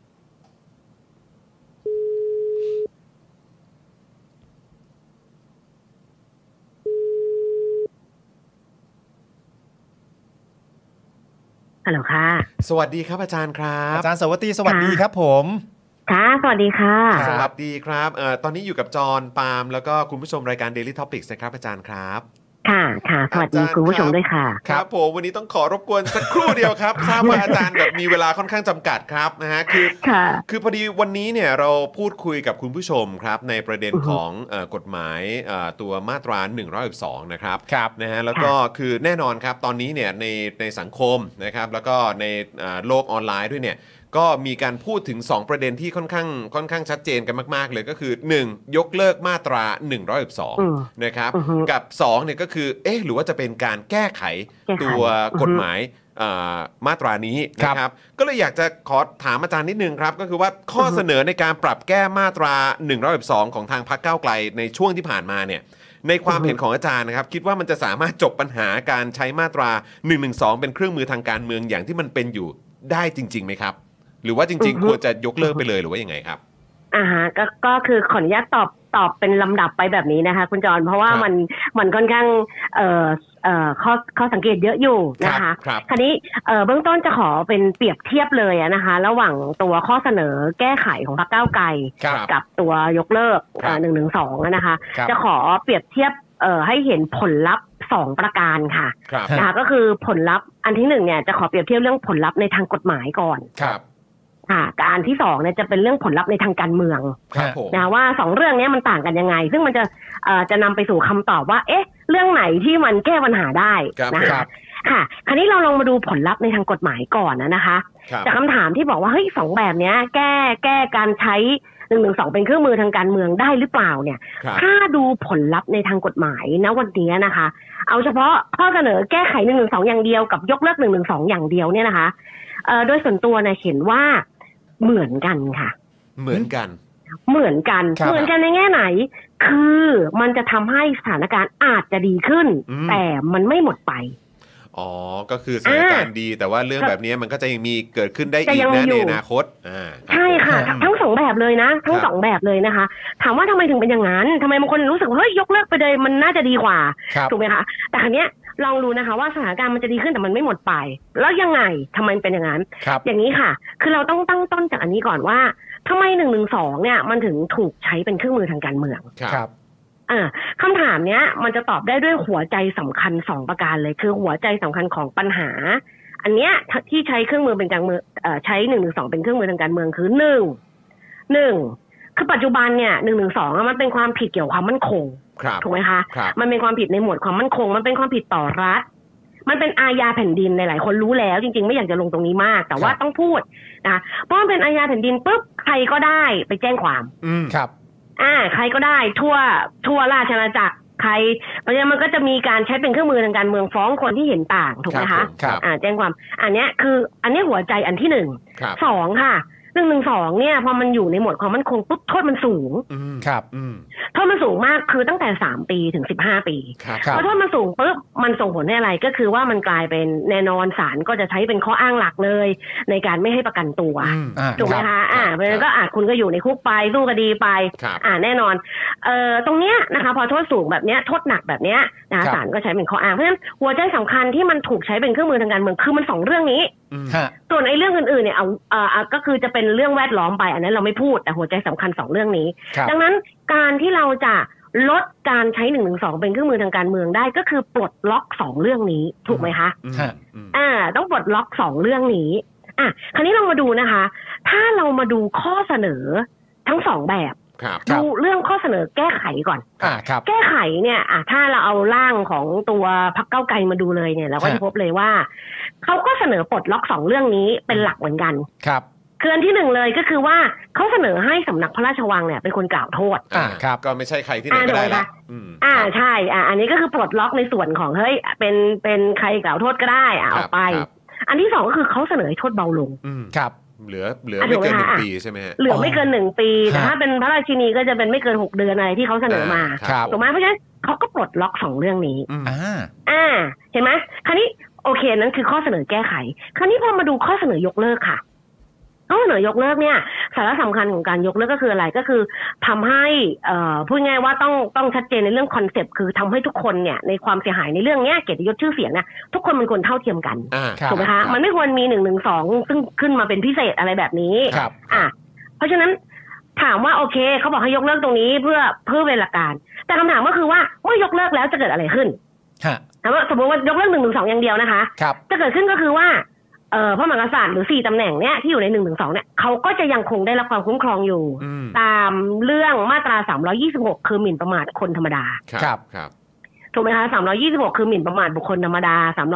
ฮัลโหลค่ะสวัสดีครับอาจารย์ครับอาจารย์สวัสดีสวัสดีครับผมค่ะสวัสดีค่ะสวัสดีครับตอนนี้อยู่กับจอห์นปาล์มแล้วก็คุณผู้ชมรายการ Daily Topics นะครับอาจารย์ครับค่ะสวัสดีคุณผู้ชมด้วยค่ะครับผมวันนี้ต้องขอรบกวนสักครู่เดียวครับทราบว่าอาจารย์แบบมีเวลาค่อนข้างจำกัดครับนะฮะคือพอดีวันนี้เนี่ยเราพูดคุยกับคุณผู้ชมครับในประเด็นของกฎหมายตัวมาตรา112นะครับนะฮะแล้วก็คือแน่นอนครับตอนนี้เนี่ยในสังคมนะครับแล้วก็ในโลกออนไลน์ด้วยเนี่ยก็มีการพูดถึง2ประเด็นที่ค่อนข้างชัดเจนกันมากๆเลยก็คือ1ยกเลิกมาตรา112นะครับกับ2เนี่ยก็คือหรือว่าจะเป็นการแก้ไขตัวกฎหมายมาตรานี้นะครับก็เลยอยากจะขอถามอาจารย์นิดนึงครับก็คือว่าข้อเสนอในการปรับแก้มาตรา112ของทางพรรคก้าวไกลในช่วงที่ผ่านมาเนี่ยในความเห็นของอาจารย์นะครับคิดว่ามันจะสามารถจบปัญหาการใช้มาตรา112เป็นเครื่องมือทางการเมืองอย่างที่มันเป็นอยู่ได้จริงๆไหมครับหรือว่าจริงๆควรจะยกเลิกไปเลยหรือว่ายังไงครับก็คือขออนุญาตตอบเป็นลำดับไปแบบนี้นะคะคุณจรเพราะว่ามันค่อนข้างข้อสังเกตเยอะอยู่นะคะคราวนี้เบื้องต้นจะขอเป็นเปรียบเทียบเลยนะคะระหว่างตัวข้อเสนอแก้ไขของพรรคก้าวไกลกับตัวยกเลิก112นะคะจะขอเปรียบเทียบให้เห็นผลลัพธ์2ประการค่ะนะคะก็คือผลลัพธ์อันที่1เนี่ยจะขอเปรียบเทียบเรื่องผลลัพธ์ในทางกฎหมายก่อนการที่2เนี่ยจะเป็นเรื่องผลลัพธ์ในทางการเมืองนะว่า2เรื่องนี้มันต่างกันยังไงซึ่งมันจะนำไปสู่คำตอบว่าเรื่องไหนที่มันแก้ปัญหาได้นะคะค่ะคราวนี้เราลองมาดูผลลัพธ์ในทางกฎหมายก่อนนะคะจากคำถามที่บอกว่าเฮ้ย2แบบเนี้ยแก้การใช้112เป็นเครื่องมือทางการเมืองได้หรือเปล่าเนี่ยถ้าดูผลลัพธ์ในทางกฎหมายณวันนี้นะคะเอาเฉพาะข้อเสนอแก้ไข112อย่างเดียวกับยกเลิก112อย่างเดียวเนี่ยนะคะโดยส่วนตัวเนี่ยเห็นว่าเหมือนกันค่ะเหมือนกันในแง่ไหนคือมันจะทำให้สถานการณ์อาจจะดีขึ้นแต่มันไม่หมดไปอ๋อก็คือสถานการณ์ดีแต่ว่าเรื่องแบบนี้มันก็จะยังมีเกิดขึ้นได้อีกนะในอนาคตใช่ค่ะทั้ง2แบบเลยนะทั้ง2แบบเลยนะคะถามว่าทำไมถึงเป็นอย่างนั้นทำไมบางคนรู้สึกเฮ้ยยกเลิกไปเลยมันน่าจะดีกว่าถูกไหมคะแต่ครั้งนี้ลองดูนะคะว่าสถานการณ์มันจะดีขึ้นแต่มันไม่หมดไปแล้วยังไงทำไมเป็นอย่างนั้นอย่างนี้ค่ะคือเราต้องตั้งต้นจากอันนี้ก่อนว่าทำไม112เนี่ยมันถึงถูกใช้เป็นเครื่องมือทางการเมืองครับคำถามเนี้ยมันจะตอบได้ด้วยหัวใจสำคัญ2ประการเลยคือหัวใจสำคัญของปัญหาอันเนี้ยที่ใช้เครื่องมือเป็นการเมืองใช้112เป็นเครื่องมือทางการเมืองคือ1คือปัจจุบันเนี่ย112มันเป็นความผิดเกี่ยวกับความมั่นคงถูกไหมคะมันเป็นความผิดในหมวดความมั่นคงมันเป็นความผิดต่อรัฐมันเป็นอาญาแผ่นดินหลายๆคนรู้แล้วจริงๆไม่อยากจะลงตรงนี้มากแต่ว่าต้องพูดนะเพราะมันเป็นอาญาแผ่นดินปุ๊บใครก็ได้ไปแจ้งความครับใครก็ได้ทั่วราชอาณาจักรใครเพราะฉะนั้นมันก็จะมีการใช้เป็นเครื่องมือทางการเมืองฟ้องคนที่เห็นต่างถูกไหมคะแจ้งความอันนี้คืออันนี้หัวใจอันที่1 2ค่ะ112เนี่ยพอมันอยู่ในหมวดความมั่นคงปุ๊บโทษมันสูงครับโทษมันสูงมากคือตั้งแต่3 ปีถึง15 ปีพอโทษมันสูงปุ๊บมันส่งผลให้อะไรก็คือว่ามันกลายเป็นแน่นอนศาลก็จะใช้เป็นข้ออ้างหลักเลยในการไม่ให้ประกันตัวถูกไหมคะเพราะฉะนั้นก็คุณก็อยู่ในคุกไปสู้คดีไปแน่นอนตรงเนี้ยนะคะพอโทษสูงแบบเนี้ยโทษหนักแบบเนี้ยนะคะศาลก็ใช้เป็นข้ออ้างเพราะฉะนั้นหัวใจสำคัญที่มันถูกใช้เป็นเครื่องมือทางการเมืองคือมัน2เรื่องนี้ส่วนไอ้เรื่องอื่นๆเนี่ยก็คือจะเป็นเรื่องแวดล้อมไปอันนั้นเราไม่พูดแต่หัวใจสำคัญ2เรื่องนี้ดังนั้นการที่เราจะลดการใช้112เป็นเครื่องมือทางการเมืองได้ก็คือปลดล็อก2เรื่องนี้ถูกไหมคะต้องปลดล็อก2เรื่องนี้คราวนี้เรามาดูนะคะถ้าเรามาดูข้อเสนอทั้ง2แบบดูเรื่องข้อเสนอแก้ไขก่อนแก้ไขเนี่ยถ้าเราเอาร่างของตัวพรรคก้าวไกลมาดูเลยเนี่ยเราก็จะพบเลยว่าเขาก็เสนอปลดล็อก2เรื่องนี้เป็นหลักเหมือนกันคืออันที่1เลยก็คือว่าเขาเสนอให้สำนักพระราชวังเนี่ยเป็นคนกล่าวโทษครับก็ไม่ใช่ใครที่ไหนก็ได้ละใช่อันนี้ก็คือปลดล็อกในส่วนของเฮ้ยเป็นใครกล่าวโทษก็ได้เอาไปอันที่2ก็คือเขาเสนอให้โทษเบาลงครับเหลือไม่เกิน1 ปีใช่ไหมเหลือไม่เกิน1 ปีแต่ถ้าเป็นพระราชินีก็จะเป็นไม่เกิน6 เดือนอะไรที่เขาเสนอมาถูกไหมเพราะฉะนั้นเขาก็ปลดล็อก2เรื่องนี้เห็นไหมคราวนี้โอเคนั้นคือข้อเสนอแก้ไขคราวนี้พอมาดูข้อเสนอยกเลิกค่ะข้อเสนอยกเลิกเนี่ยสาระสำคัญของการยกเลิกก็คืออะไรก็คือทำให้พูดง่ายว่าต้องชัดเจนในเรื่องคอนเซปต์คือทำให้ทุกคนเนี่ยในความเสียหายในเรื่องนี้เกียรติยศชื่อเสียงเนี่ยทุกคนมันควรเท่าเทียมกันถูกไหมคะมันไม่ควรมี112ซึ่งขึ้นมาเป็นพิเศษอะไรแบบนี้เพราะฉะนั้นถามว่าโอเคเขาบอกให้ยกเลิกตรงนี้เพื่อเป็นหลักการแต่คำถามก็คือว่าเมื่อยกเลิกแล้วจะเกิดอะไรขึ้นถามว่าสมมติว่ายกเลิก112อย่างเดียวนะคะจะเกิดขึ้นก็คือว่าพระมหากษัตริย์หรือ4ตำแหน่งเนี้ยที่อยู่ใน112เนี่ยเขาก็จะยังคงได้รับความคุ้มครองอยู่ตามเรื่องมาตรา326คือหมิ่นประมาทคนธรรมดาครับถูกไหมคะ326คือหมิ่นประมาทบุคคลธรรมดา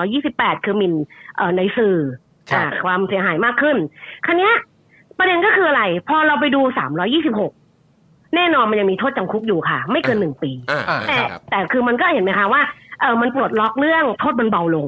328คือหมิ่นในสื่อความเสียหายมากขึ้นคราวนี้ประเด็นก็คืออะไรพอเราไปดู326แน่นอนมันยังมีโทษจำคุกอยู่ค่ะไม่เกิน1 ปีแต่คือมันก็เห็นไหมคะว่ามันปลดล็อกเรื่องโทษมันเบาลง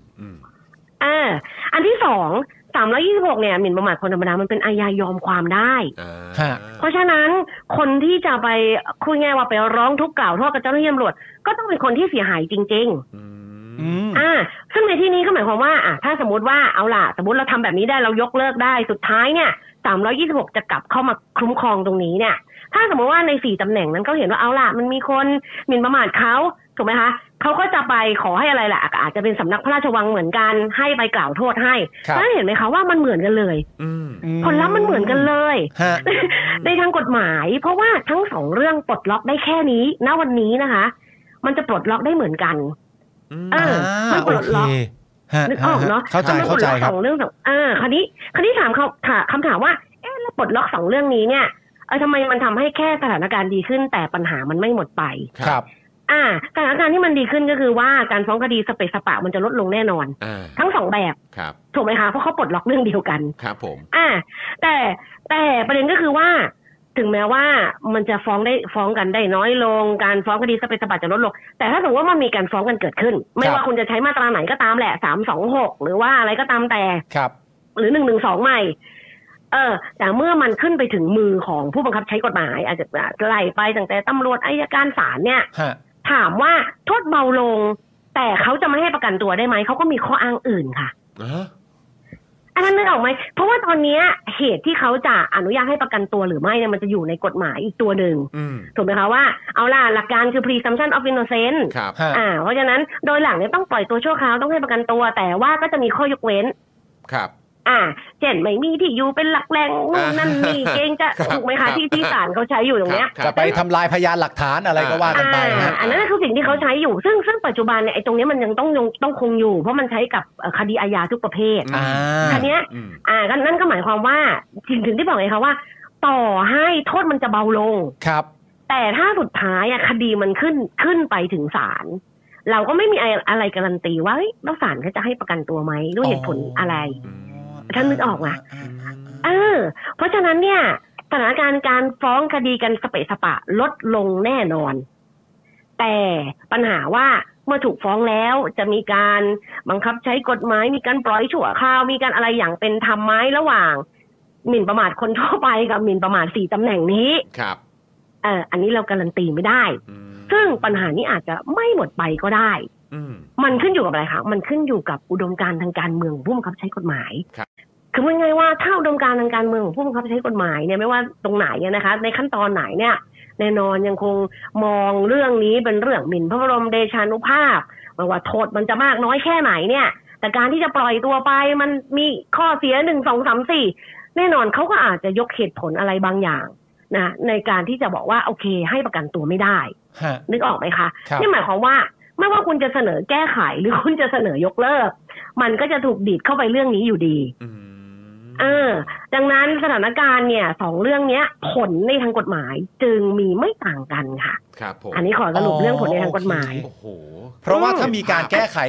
อันที่326เนี่ยหมิ่นประมาทคนธรรมดามันเป็นอาญายอมความได้เพราะฉะนั้นคนที่จะไปคุยง่ายว่าไปร้องทุกข์กล่าวโทษกับเจ้าหน้าที่ตำรวจก็ต้องเป็นคนที่เสียหายจริงๆซึ่งในที่นี้ก็หมายความว่าถ้าสมมติว่าเอาล่ะสมมติเราทำแบบนี้ได้เรายกเลิกได้สุดท้ายเนี่ย326จะกลับเข้ามาคุ้มครองตรงนี้เนี่ยถ้าสมมติว่าใน4ตำแหน่งนั้นเขาเห็นว่าเอาล่ะมันมีคนหมิ่นประมาทเขาถูกไหมคะเขาก็จะไปขอให้อะไรล่ะอาจจะเป็นสำนักพระราชวังเหมือนกันให้ไปกล่าวโทษให้แล้วเห็นไหมคะว่ามันเหมือนกันเลยผลลัพธ์มันเหมือนกันเลยในทางกฎหมายเพราะว่าทั้ง2เรื่องปลดล็อกได้แค่นี้ณวันนี้นะคะมันจะปลดล็อกได้เหมือนกันมันปลดล็อกนึกออกเนาะเข้าใจครับ 2เรื่องคราวนี้ถามคำถามว่าแล้วปลดล็อก2เรื่องนี้เนี่ยทำไมมันทำให้แค่สถานการณ์ดีขึ้นแต่ปัญหามันไม่หมดไปครับสถานการณ์ที่มันดีขึ้นก็คือว่าการฟ้องคดีสเปซสปะมันจะลดลงแน่นอนทั้ง2แบบถูกไหมคะเพราะเขาปลดล็อกเรื่องเดียวกันครับผมแต่ประเด็นก็คือว่าถึงแม้ว่ามันจะฟ้องกันได้น้อยลงการฟ้องคดีสเปซสปะจะลดลงแต่ถ้าสมมติว่ามันมีการฟ้องกันเกิดขึ้นไม่ว่าคุณจะใช้มาตราไหนก็ตามแหละ326หรือว่าอะไรก็ตามแต่หรือ112ใหม่แต่เมื่อมันขึ้นไปถึงมือของผู้บังคับใช้กฎหมายอาจจะไล่ไปตั้งแต่ตำรวจอัยการศาลเนี่ยถามว่าโทษเบาลงแต่เขาจะไม่ให้ประกันตัวได้ไหมเขาก็มีข้ออ้างอื่นค่ะอันนั้นนึกออกไหมเพราะว่าตอนนี้เหตุที่เขาจะอนุญาตให้ประกันตัวหรือไม่เนี่ยมันจะอยู่ในกฎหมายอีกตัวหนึ่งถูกไหมคะว่าเอาล่ะหลักการคือ presumption of innocence เพราะฉะนั้นโดยหลังเนี่ยต้องปล่อยตัวชั่วคราวต้องให้ประกันตัวแต่ว่าก็จะมีข้อยกเว้นเช่นไม่มีที่อยู่เป็นหลักแหล่งนั่นนี่เกรงจะถูกไหมคะที่ศาลเขาใช้อยู่ตรงเนี้ยจะไปทำลายพยานหลักฐานอะไรก็ว่ากันไปอันนั้นคือสิ่งที่เขาใช้อยู่ซึ่งปัจจุบันเนี่ยไอ้ตรงนี้มันยังต้องคงอยู่เพราะมันใช้กับคดีอาญาทุกประเภททีเนี้ยนั่นก็หมายความว่าถึงที่บอกไงคะว่าต่อให้โทษมันจะเบาลงครับแต่ถ้าสุดท้ายคดีมันขึ้นไปถึงศาลเราก็ไม่มีอะไรการันตีว่าแล้วศาลเขาจะให้ประกันตัวไหมด้วยเหตุผลอะไรท่านนึกออกอ่ะเพราะฉะนั้นเนี่ยสถานการณ์การฟ้องคดีกันสเปะสปะลดลงแน่นอนแต่ปัญหาว่าเมื่อถูกฟ้องแล้วจะมีการบังคับใช้กฎหมายมีการปล่อยชั่วคราวมีการอะไรอย่างเป็นธรรมไหมระหว่างหมิ่นประมาทคนทั่วไปกับหมิ่นประมาท4ตำแหน่งนี้ครับอันนี้เราการันตีไม่ได้ซึ่งปัญหานี้อาจจะไม่หมดไปก็ได้มันขึ้นอยู่กับอะไรคะมันขึ้นอยู่กับอุดมการณ์ทางการเมืองผู้บังคับใช้กฎหมายคือพูดง่ายว่าถ้าอุดมการณ์ทางการเมืองของผู้บังคับใช้กฎหมายเนี่ยไม่ว่าตรงไหนนะคะในขั้นตอนไหนเนี่ยแน่นอนยังคงมองเรื่องนี้เป็นเรื่องหมิ่นพระบรมเดชานุภาพไม่ว่าโทษมันจะมากน้อยแค่ไหนเนี่ยแต่การที่จะปล่อยตัวไปมันมีข้อเสีย1 2 3 4แน่นอนเขาก็อาจจะยกเหตุผลอะไรบางอย่างนะในการที่จะบอกว่าโอเคให้ประกันตัวไม่ได้นึกออกไหมคะนี่หมายความว่าไม่ว่าคุณจะเสนอแก้ไขหรือคุณจะเสนอยกเลิกมันก็จะถูกดีดเข้าไปเรื่องนี้อยู่ดีดังนั้นสถานการณ์เนี่ย2เรื่องนี้ผลในทางกฎหมายจึงมีไม่ต่างกันค่ะครับผมอันนี้ขอสรุปเรื่องผลในทางกฎหมายเพราะว่าถ้ามีการแก้ไข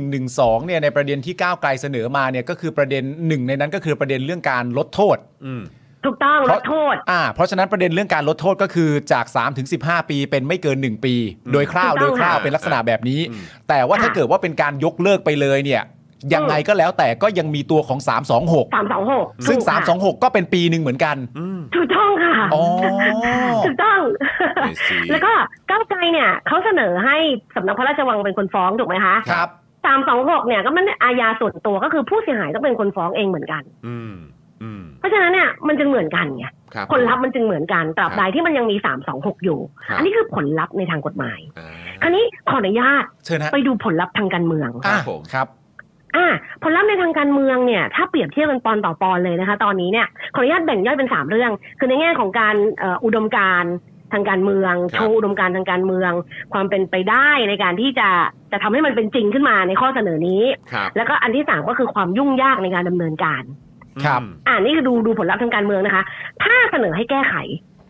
112เนี่ยในประเด็นที่ก้าวไกลเสนอมาเนี่ยก็คือประเด็น1ในนั้นก็คือประเด็นเรื่องการลดโทษถูกต้องลดโทษเพราะฉะนั้นประเด็นเรื่องการลดโทษก็คือจาก3 ถึง 15 ปีเป็นไม่เกิน1 ปีโดยคร่าวเป็นลักษณะแบบนี้แต่ว่าถ้าเกิดว่าเป็นการยกเลิกไปเลยเนี่ยยังไงก็แล้วแต่ก็ยังมีตัวของ326ซึ่ง326ก็เป็นปีนึงเหมือนกันถูกต้องค่ะถูกต้องแล้วก็ก้าวไกลเนี่ยเขาเสนอให้สำนักพระราชวังเป็นคนฟ้องถูกไหมคะครับ 326เนี่ยก็มันอาญาส่วนตัวก็คือผู้เสียหายต้องเป็นคนฟ้องเองเหมือนกันเพราะฉะนั้นเนี่ยมันจึงเหมือนกันไงผลลัพธ์มันจึงเหมือนกันตราบใดที่มันยังมี326อยู่อันนี้คือผลลัพธ์ในทางกฎหมายคราวนี้ขออนุญาตไปดูผลลัพธ์ทางการเมืองครับผลลัพธ์ในทางการเมืองเนี่ยถ้าเปรียบเทียบเป็นปอนต่อปอนเลยนะคะตอนนี้เนี่ยขออนุญาตแบ่งย่อยเป็น3เรื่องคือในแง่ของการอุดมการณ์ทางการเมืองโชว์อุดมการณ์ทางการเมืองความเป็นไปได้ในการที่จะทำให้มันเป็นจริงขึ้นมาในข้อเสนอนี้แล้วก็อันที่3ก็คือความยุ่งยากในการดำเนินการครับนี่คือดูผลลัพธ์ทางการเมืองนะคะถ้าเสนอให้แก้ไข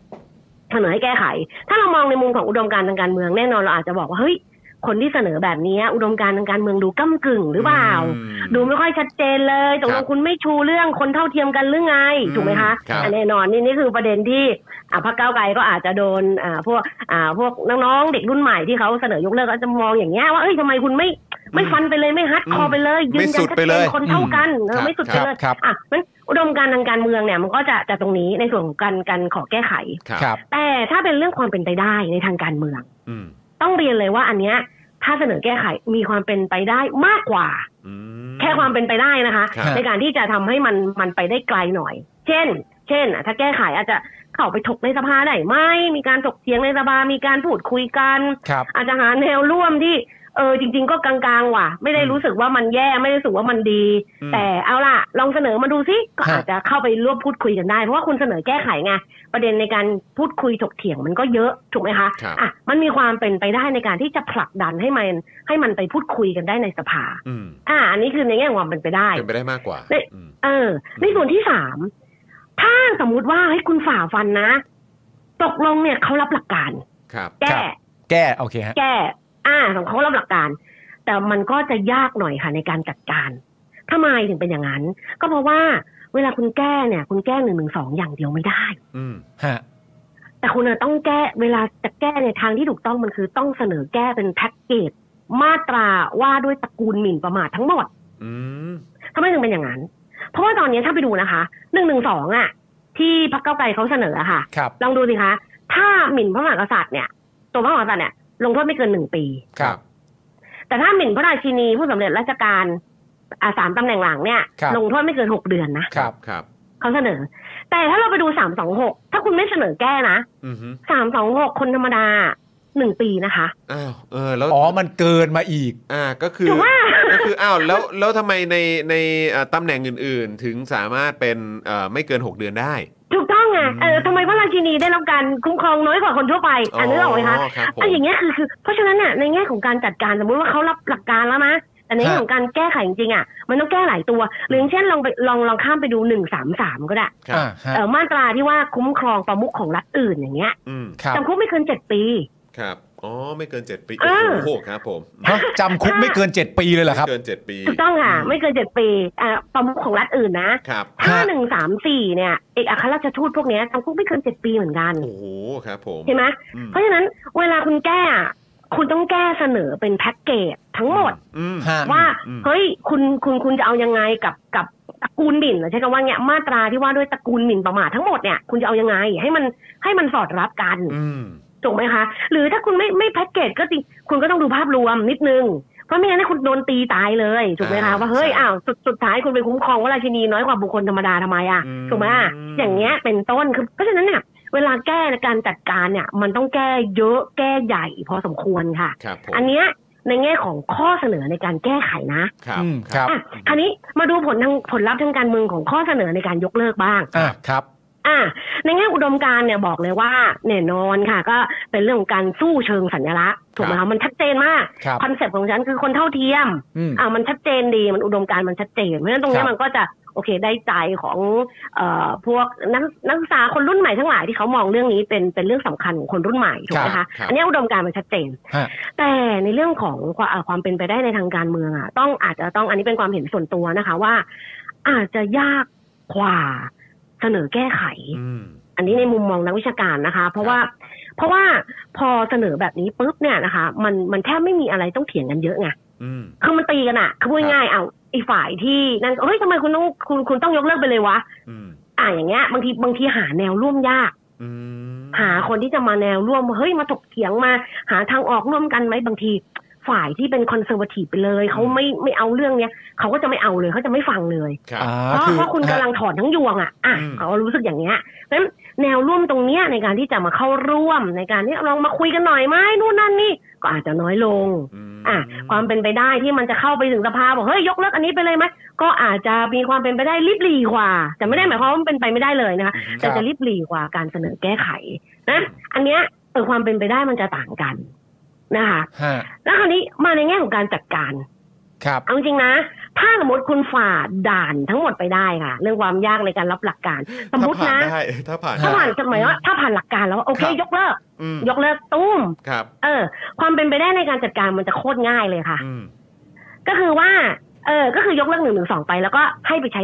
ถ้าเรามองในมุมของอุดมการณ์ทางการเมืองแน่นอนเราอาจจะบอกว่าเฮ้ยคนที่เสนอแบบนี้อุดมการณ์ทางการเมืองดูก้ำกึ่งหรือเปล่าดูไม่ค่อยชัดเจนเลยตกลงคุณไม่ชูเรื่องคนเท่าเทียมกันหรือไงถูกไหมคะแน่นอนนี่คือประเด็นที่พรรคก้าวไกลก็อาจจะโดนพวกน้องๆเด็กรุ่นใหม่ที่เขาเสนอยกเลิกก็จะมองอย่างเงี้ยว่าทำไมคุณไม่ฟันไปเลยไม่ฮัดคอไปเลยยืนยันชัดเจนคนเท่ากันไม่สุดไปเลยมันอุดมการณ์ทางการเมืองเนี่ยมันก็จะตรงนี้ในส่วนของการขอแก้ไขแต่ถ้าเป็นเรื่องความเป็นไปได้ในทางการเมืองต้องเรียนเลยว่าอันเนี้ยถ้าเสนอแก้ไขมีความเป็นไปได้มากกว่าแค่ความเป็นไปได้นะคะในการที่จะทำให้มันไปได้ไกลหน่อยเช่นถ้าแก้ไขอาจจะเข้าไปถกในสภาได้ไหมมีการถกเถียงในสภามีการพูดคุยกันอาจจะหาแนวร่วมที่จริงๆก็กลางๆว่ะไม่ได้รู้สึกว่ามันแย่ไม่ได้รู้สึกว่ามันดีแต่เอาล่ะลองเสนอมาดูซิก็อาจจะเข้าไปร่วมพูดคุยกันได้เพราะว่าคุณเสนอแก้ไขไงประเด็นในการพูดคุยถกเถียงมันก็เยอะถูกไหมคะมันมีความเป็นไปได้ในการที่จะผลักดันให้มันไปพูดคุยกันได้ในสภาอันนี้คือในแง่ความเป็นไปได้มากกว่าในส่วนที่3ถ้าสมมุติว่าให้คุณฝ่าฟันนะตกลงเนี่ยเขารับหลักการแก้แก้โอเคฮะแก้ของเขารับหลักการแต่มันก็จะยากหน่อยค่ะในการจัดการทำไมถึงเป็นอย่างนั้นก็เพราะว่าเวลาคุณแก้เนี่ยคุณแก้112อย่างเดียวไม่ได้ฮะแต่คุณต้องแก้เวลาจะแก้ในทางที่ถูกต้องมันคือต้องเสนอแก้เป็นแพ็กเกจมาตราว่าด้วยตระกูลหมิ่นประมาททั้งหมดทำไมถึงเป็นอย่างนั้นเพราะว่าตอนนี้ถ้าไปดูนะคะ112ที่พรรคก้าวไกลเขาเสนอค่ะลองดูสิคะถ้าหมิ่นพระมหากษัตริย์เนี่ยตัวพระมหากษัตริย์เนี่ยลงโทษไม่เกิน1 ปีครับแต่ถ้าหมิ่นพระราชินีผู้สำเร็จราชการ3 ตำแหน่งหลังเนี่ยลงโทษไม่เกิน6 เดือนนะครับเขาเสนอแต่ถ้าเราไปดู326ถ้าคุณไม่เสนอแก้นะ326คนธรรมดา1 ปีนะคะแล้วมันเกินมาอีกก็คือแล้วทำไมในตำแหน่งอื่นๆถึงสามารถเป็นไม่เกิน6 เดือนได้ถูกต้องไงทำไมพระราชินีได้รับการคุ้มครองน้อยกว่าคนทั่วไปนึกออกไหมคะอย่างเงี้ยคือเพราะฉะนั้นในแง่ของการจัดการสมมติว่าเขารับหลักการแล้วนะแต่ในแง่ของการแก้ไขจริงๆมันต้องแก้หลายตัวหรือเช่นลองข้ามไปดู133ก็ได้มาตราที่ว่าคุ้มครองประมุขของรัฐอื่นอย่างเงี้ยจำคุกไม่เกิน7 ปีครับไม่เกิน7 ปีโอ้โหครับผมจำคุกไม่เกิน7 ปีเลยเหรอครับไม่เกิน7 ปีถูกต้องค่ะไม่เกิน7 ปีประมุขของรัฐอื่นนะครับถ้า134เนี่ยเอกอัครราชทูตพวกนี้จำคุกไม่เกิน7 ปีเหมือนกันโอ้โหครับผมใช่ไหมเพราะฉะนั้นเวลาคุณแก้คุณต้องแก้เสนอเป็นแพ็กเกจทั้งหมดว่าเฮ้ยคุณจะเอายังไงกับตระกูลหมิ่นใช้คำว่าเนี้ยมาตราที่ว่าด้วยตระกูลหมิ่นประมาททั้งหมดเนี่ยคุณจะเอายังไงให้มันสอดรับกันถูกไหมคะหรือถ้าคุณไม่แพ็กเกจก็จริงคุณก็ต้องดูภาพรวมนิดนึงเพราะไม่งั้นคุณโดนตีตายเลยถูกไหมคะว่าเฮ้ยสุดท้ายคุณไปคุ้มครองว่าราชินีน้อยกว่าบุคคลธรรมดาทำไมถูกไหมอย่างเงี้ยเป็นต้นคือเพราะฉะนั้นเนี่ยเวลาแก้ในการจัดการเนี่ยมันต้องแก้เยอะแก้ใหญ่พอสมควรค่ะอันเนี้ยในแง่ของข้อเสนอในการแก้ไขนะครับคราวนี้มาดูผลลัพธ์ทางการเมืองของข้อเสนอในการยกเลิกบ้างครับในแง่อุดมการณ์เนี่ยบอกเลยว่าแน่นอนค่ะก็เป็นเรื่องของการสู้เชิงสัญลักษณ์ถูกไหมคะมันชัดเจนมากคอนเซ็ปต์ของฉันคือคนเท่าเทียมมันชัดเจนดีมันอุดมการณ์มันชัดเจนเพราะฉะนั้นตรงนี้มันก็จะโอเคได้ใจของพวกนักศึกษาคนรุ่นใหม่ทั้งหลายที่เขามองเรื่องนี้เป็นเรื่องสำคัญของคนรุ่นใหม่ถูกไหมคะอันนี้อุดมการณ์มันชัดเจนแต่ในเรื่องของความเป็นไปได้ในทางการเมืองอาจจะต้องอันนี้เป็นความเห็นส่วนตัวนะคะว่าอาจจะยากกว่าเสนอแก้ไขอันนี้ในมุมมองนักวิชาการนะคะเพราะว่าพอเสนอแบบนี้ปุ๊บเนี่ยนะคะมันแทบไม่มีอะไรต้องเถียงกันเยอะไงคือมันตีกันคือพูดง่ายไอ้ฝ่ายที่นั่นเฮ้ยทำไมคุณต้องยกเลิกไปเลยวะอย่างเงี้ยบางทีหาแนวร่วมยากหาคนที่จะมาแนวร่วมเฮ้ยมาถกเถียงมาหาทางออกร่วมกันไหมบางทีฝ่ายที่เป็นคอนเซอร์วทีฟไปเลยเขาไม่เอาเรื่องเนี้ยเขาก็จะไม่เอาเลยเขาจะไม่ฟังเลยเพราะคุณกำลังถอนทั้งยวงเขารู้สึกอย่างเงี้ยเพราะฉะนั้นแนวร่วมตรงเนี้ยในการที่จะมาเข้าร่วมในการที่ลองมาคุยกันหน่อยไหมนู่นนั่นนี่ก็อาจจะน้อยลงความเป็นไปได้ที่มันจะเข้าไปถึงสภาบอกเฮ้ยยกเลิกอันนี้ไปเลยไหมก็อาจจะมีความเป็นไปได้ลิบหลีกว่าแต่ไม่ได้หมายความว่ามันเป็นไปไม่ได้เลยนะคะแต่จะลิบหลีกว่าการเสนอแก้ไขนะอันเนี้ยความเป็นไปได้มันจะต่างกันนะคะแล้วคราวนี้มาในแง่ของการจัดการเอาจริงนะถ้าสมมติคุณฝ่าด่านทั้งหมดไปได้ค่ะเรื่องความยากในการรับหลักการสมมตินะถ้าผ่านหมายว่าถ้าผ่านหลักการแล้วโอเคยกเลิกตุ้มความเป็นไปได้ในการจัดการมันจะโคตรง่ายเลยค่ะก็คือว่าก็คือยกเลิก112ไปแล้วก็ให้ไปใช้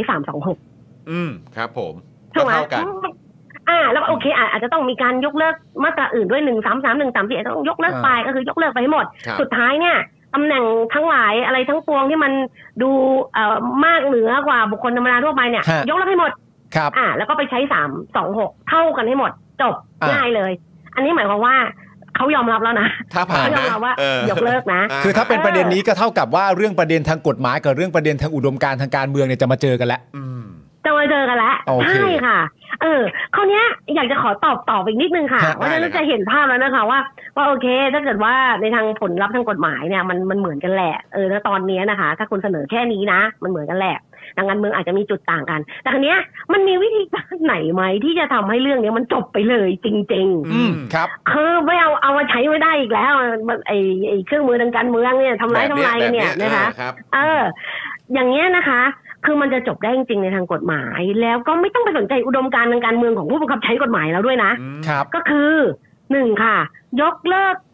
326 ครับผมถูกไหมแล้วโอเคอาจจะต้องมีการยกเลิกมาตราอื่นด้วย133 134ต้องยกเลิกไปก็คือยกเลิกไปให้หมดสุดท้ายเนี่ยตำแหน่งทั้งหลายอะไรทั้งปวงที่มันดูมากเหนือกว่าบุคคลธรรมดาทั่วไปเนี่ยยกเลิกให้หมดแล้วก็ไปใช้326เท่ากันให้หมดจบง่ายเลยอันนี้หมายความว่าเขายอมรับแล้วนะถ้าผ่านนะว่ายกเลิกนะคือถ้าเป็นประเด็นนี้ก็เท่ากับว่าเรื่องประเด็นทางกฎหมายกับเรื่องประเด็นทางอุดมการณ์ทางการเมืองเนี่ยจะมาเจอกันแล้วจะมาเจอกันแล้วใช่ค่ะคราวนี้อยากจะขอตอบอีกนิดนึงค่ะว่าจะเห็นภาพแล้วนะคะว่าโอเคถ้าเกิดว่าในทางผลลัพธ์ทางกฎหมายเนี่ยมันเหมือนกันแหละณตอนนี้นะคะถ้าคุณเสนอแค่นี้นะมันเหมือนกันแหละทางการเมืองอาจจะมีจุดต่างกันแต่คราวนี้มันมีวิธีการไหนไหมที่จะทำให้เรื่องนี้มันจบไปเลยจริงๆครับคือไม่เอามาใช้ไม่ได้อีกแล้วไอ้เครื่องมือทางการเมืองเนี่ยทำร้ายเนี่ยนะคะอย่างเงี้ยนะคะคือมันจะจบได้จริงๆในทางกฎหมายแล้วก็ไม่ต้องไปสนใจอุดมการณ์ทางการเมืองของผู้บังคับใช้กฎหมายแล้วด้วยนะครับก็คือ1ค่ะยกเลิก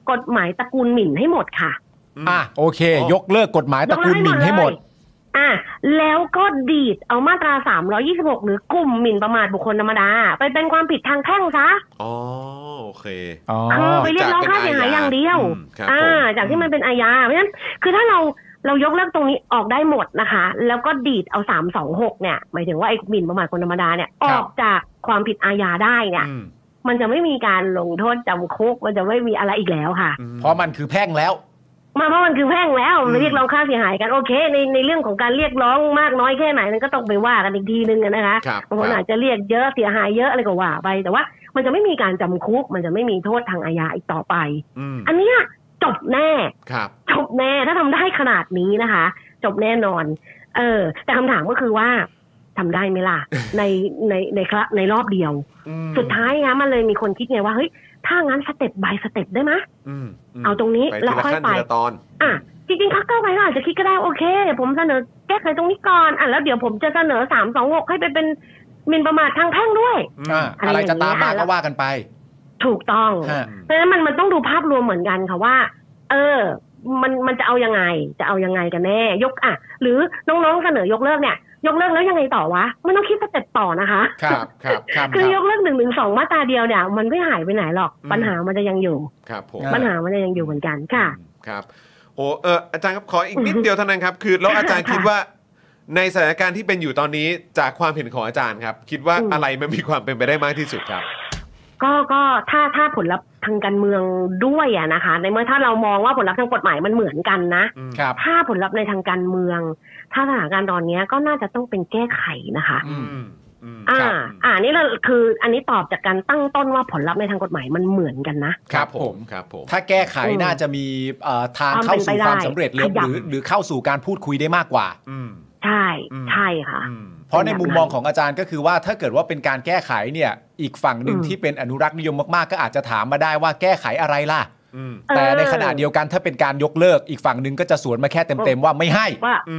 กฎหมายตระกูลหมิ่นให้หมดค่ะโอเคยกเลิกกฎหมายตระกูลหมิ่นให้หมดแล้วก็ดีดเอามาตรา326หรือกลุ่มหมิ่นประมาทบุคคลธรรมดาไปเป็นความผิดทางแพ่งซะโอเคไปเรียกร้องค่าเสียหายอย่างเดียวจากที่มันเป็นอาญาเพราะฉะนั้นคือถ้าเรายกเลิกตรงนี้ออกได้หมดนะคะแล้วก็ดีดเอา326เนี่ยหมายถึงว่าไอ้หมิ่นประมาทคนธรรมดาเนี่ยออกจากความผิดอาญาได้เนี่ยมันจะไม่มีการลงโทษจำคุกมันจะไม่มีอะไรอีกแล้วค่ะเพราะมันคือแพ่งแล้วเพราะมันคือแพ่งแล้วเรียกร้องค่าเสียหายกันโอเคในเรื่องของการเรียกร้องมากน้อยแค่ไหนนั้นก็ต้องไปว่ากันอีกทีนึงนะคะบางคนอาจจะเรียกเยอะเสียหายเยอะอะไรก็ว่าไปแต่ว่ามันจะไม่มีการจำคุกมันจะไม่มีโทษทางอาญาอีกต่อไปอันนี้จบแน่จบแน่ถ้าทำได้ขนาดนี้นะคะจบแน่นอนแต่คำถามก็คือว่าทำได้ไหมล่ะในรอบเดียวสุดท้ายนะมันเลยมีคนคิดไงว่าเฮ้ยถ้างั้นสเต็ป by สเต็ปได้ไหมเอาตรงนี้แล้วค่อยไปจริงๆพรรคก้าวไกลก็อาจจะคิดก็ได้โอเคผมเสนอแก้ไขตรงนี้ก่อนแล้วเดี๋ยวผมจะเสนอ326ให้ไปเป็นหมิ่นประมาททางแพ่งด้วยอะไรจะตามมาก็ว่ากันไปถูกต้องเพราะฉะนั้นมันต้องดูภาพรวมเหมือนกันค่ะว่ามันจะเอายังไงกันแน่หรือน้องๆเสนอยกเลิกเนี่ยยกเลิกแล้วยังไงต่อวะมันต้องคิดสเต็ปต่อนะคะครับคือยกเลิก112มาตราเดียวเนี่ยมันไม่หายไปไหนหรอกปัญหามันจะยังอยู่ครับผมปัญหามันจะยังอยู่เหมือนกันค่ะครับอาจารย์ครับขออีกนิดเดียวเท่านั้นครับคือแล้วอาจารย์คิดว่าในสถานการณ์ที่เป็นอยู่ตอนนี้จากความเห็นของอาจารย์ครับคิดว่าอะไรมันมีความเป็นไปได้มากที่สุดครับก็ถ้าผลลัพธ์ทางการเมืองด้วยนะคะในเมื่อถ้าเรามองว่าผลลัพธ์ทางกฎหมายมันเหมือนกันนะถ้าผลลัพธ์ในทางการเมืองถ้าสถานการณ์ตอนนี้ก็น่าจะต้องเป็นแก้ไขนะคะนี่เราคืออันนี้ตอบจากการตั้งต้นว่าผลลัพธ์ในทางกฎหมายมันเหมือนกันนะครับผมถ้าแก้ไขน่าจะมีทางเข้าสู่ความสำเร็จหรือเข้าสู่การพูดคุยได้มากกว่าใช่ค่ะเพราะในมุมมองของอาจารย์ก็คือว่าถ้าเกิดว่าเป็นการแก้ไขเนี่ยอีกฝั่งหนึ่งที่เป็นอนุรักษ์นิยมมากๆก็อาจจะถามมาได้ว่าแก้ไขอะไรล่ะแต่ในขณะเดียวกันถ้าเป็นการยกเลิกอีกฝั่งหนึ่งก็จะสวนมาแค่เต็มๆว่าไม่ให้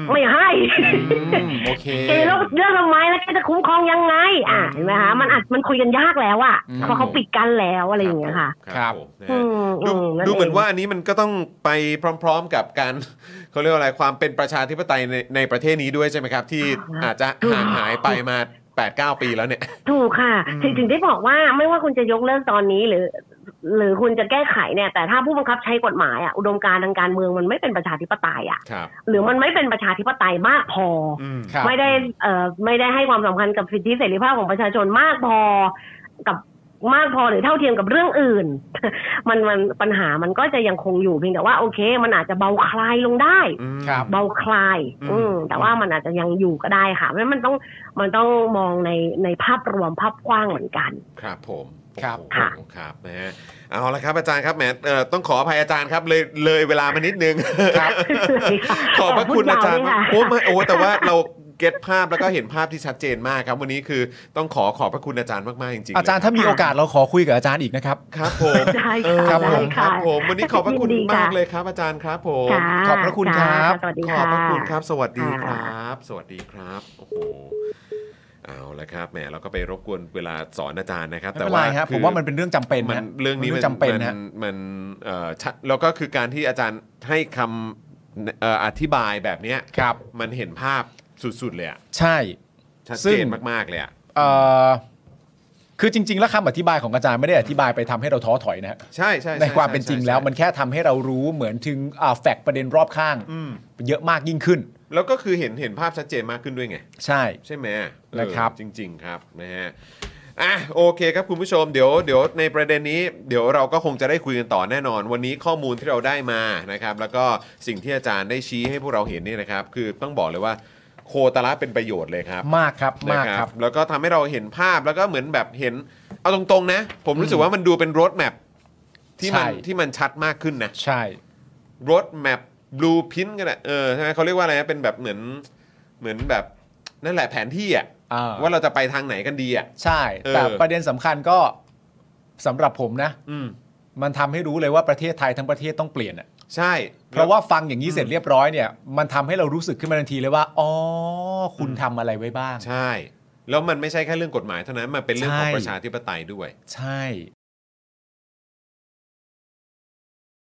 โอเคแล้วเรื่องทำไมแล้วจะคุ้มครองยังไงเห็นไหมคะมันคุยกันยากแล้วเพราะเขาปิดกันแล้วอะไรอย่างเงี้ยค่ะครับดูเหมือนว่าอันนี้มันก็ต้องไปพร้อมๆกับการเขาเรียกว่าอะไรความเป็นประชาธิปไตยในประเทศนี้ด้วยใช่ไหมครับที่อาจจะห่างหายไปมา 8-9 ปีแล้วเนี่ยถูกค่ะถึงได้บอกว่าไม่ว่าคุณจะยกเลิกตอนนี้หรือคุณจะแก้ไขเนี่ยแต่ถ้าผู้บังคับใช้กฎหมายอุดมการณ์ทางการเมืองมันไม่เป็นประชาธิปไตยหรือมันไม่เป็นประชาธิปไตยมากพอไม่ได้ให้ความสำคัญกับสิทธิเสรีภาพของประชาชนมากพอหรือเท่าเทียมกับเรื่องอื่นมันปัญหามันก็จะยังคงอยู่เพียงแต่ว่าโอเคมันอาจจะเบาคลายลงได้เบาคลายแต่ว่ามันอาจจะยังอยู่ก็ได้ค่ะเพราะมันต้องมองในภาพรวมภาพกว้างเหมือนกันครับผมครับนะฮะเอาละครับอาจารย์ครับแหมต้องขออภัยอาจารย์ครับเลยเวลามานิดนึงขอบพระคุณอาจารย์แต่ว่าเราเก็ตภาพแล้วก็เห็นภาพที่ชัดเจนมากครับวันนี้คือต้องขอบพระคุณอาจารย์มากๆจริงๆอาจารย์ถ้ามีโอกาสเราขอคุยกับอาจารย์อีกนะครับครับผมได้ครับผมวันนี้ขอบพระคุณมากเลยครับอาจารย์ครับผมขอบพระคุณครับขอบพระคุณครับสวัสดีครับสวัสดีครับโอ้โหเอาละครับแหมเราก็ไปรบกวนเวลาสอนอาจารย์นะครับแต่ว่าผมว่ามันเป็นเรื่องจำเป็นนะเรื่องนี้มันจำเป็นมันแล้วก็คือการที่อาจารย์ให้คำอธิบายแบบนี้มันเห็นภาพสุดๆเลยใช่ชัดเจนมากๆเลยคือจริงๆแล้วคำอธิบายของอาจารย์ไม่ได้อธิบายไปทำให้เราท้อถอยนะใช่ในความเป็นจริงแล้วมันแค่ทำให้เรารู้เหมือนถึงแฟกต์ประเด็นรอบข้างเยอะมากยิ่งขึ้นแล้วก็คือเห็นภาพชัดเจนมากขึ้นด้วยไงใช่ไหมนะครับจริงๆครับนะฮะโอเคครับคุณผู้ชมเดี๋ยวในประเด็นนี้เดี๋ยวเราก็คงจะได้คุยกันต่อแน่นอนวันนี้ข้อมูลที่เราได้มานะครับแล้วก็สิ่งที่อาจารย์ได้ชี้ให้พวกเราเห็นนี่นะครับคือต้องบอกเลยว่าโคตรละเป็นประโยชน์เลยครับมากครับมากครับแล้วก็ทำให้เราเห็นภาพแล้วก็เหมือนแบบเห็นเอาตรงๆนะผมรู้สึกว่ามันดูเป็นรถแมพที่มันชัดมากขึ้นนะใช่รถแมพบลูพินต์กันแหละใช่ไหมเขาเรียกว่าอะไรนะเป็นแบบเหมือนแบบนั่นแหละแผนที่ว่าเราจะไปทางไหนกันดีใช่แต่ประเด็นสำคัญก็สำหรับผมนะมันทำให้รู้เลยว่าประเทศไทยทั้งประเทศต้องเปลี่ยนใช่เพราะว่าฟังอย่างนี้เสร็จเรียบร้อยเนี่ยมันทำให้เรารู้สึกขึ้นมาทันทีเลยว่าอ๋อคุณทำอะไรไว้บ้างใช่แล้วมันไม่ใช่แค่เรื่องกฎหมายเท่านั้นมันเป็นเรื่องของประชาธิปไตยด้วยใช่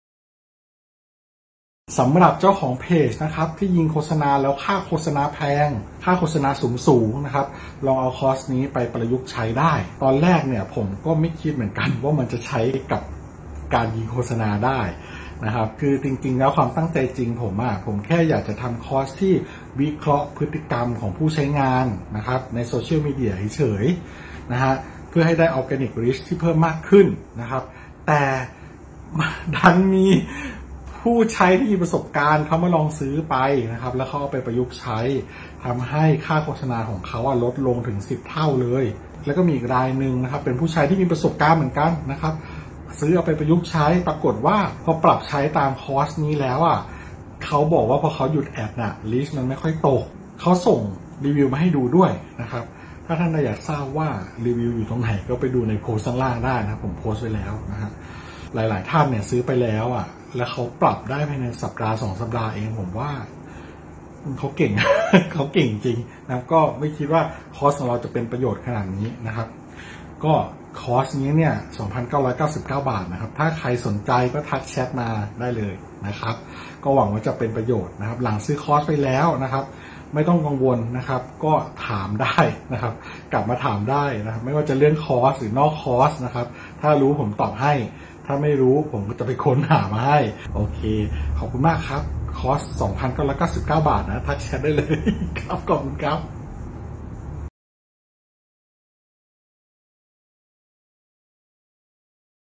สำหรับเจ้าของเพจนะครับที่ยิงโฆษณาแล้วค่าโฆษณาแพงค่าโฆษณาสูงนะครับลองเอาคอร์สนี้ไปประยุกต์ใช้ได้ตอนแรกเนี่ยผมก็ไม่คิดเหมือนกันว่ามันจะใช้กับการยิงโฆษณาได้นะครับคือจริงๆแล้วความตั้งใจจริงผมแค่อยากจะทำคอร์สที่วิเคราะห์พฤติกรรมของผู้ใช้งานนะครับในโซเชียลมีเดียเฉยๆนะฮะเพื่อให้ได้ออร์แกนิกรีชที่เพิ่มมากขึ้นนะครับแต่ดันมีผู้ใช้ที่มีประสบการณ์เขามาลองซื้อไปนะครับแล้วเขาเอาไปประยุกต์ใช้ทำให้ค่าโฆษณาของเขาลดลงถึง10 เท่าเลยแล้วก็มีอีกรายหนึ่งนะครับเป็นผู้ใช้ที่มีประสบการณ์เหมือนกันนะครับซื้อเอาไปประยุกต์ใช้ปรากฏว่าพอปรับใช้ตามคอร์สนี้แล้วเขาบอกว่าพอเขาหยุดแอดลิสต์มันไม่ค่อยตกเขาส่งรีวิวมาให้ดูด้วยนะครับถ้าท่านอยากทราบว่ารีวิวอยู่ตรงไหนก็ไปดูในโพสต์ข้างล่างได้นะครับผมโพสต์ไว้แล้วนะครับหลายๆท่านเนี่ยซื้อไปแล้วแล้วเขาปรับได้ภายในสัปดาห์2 สัปดาห์เองผมว่าเขาเก่ง เขาเก่งจริงนะก็ไม่คิดว่าคอร์สของเราจะเป็นประโยชน์ขนาดนี้นะครับก็คอร์สนี้เนี่ย 2,999 บาทนะครับถ้าใครสนใจก็ทักแชทมาได้เลยนะครับก็หวังว่าจะเป็นประโยชน์นะครับหลังซื้อคอร์สไปแล้วนะครับไม่ต้องกังวลนะครับก็ถามได้นะครับกลับมาถามได้นะครับไม่ว่าจะเรื่องคอร์สหรือนอกคอร์สนะครับถ้ารู้ผมตอบให้ถ้าไม่รู้ผมก็จะไปค้นหามาให้โอเคขอบคุณมากครับคอร์ส 2,999 บาทนะทักแชทได้เลยครับขอบคุณครับ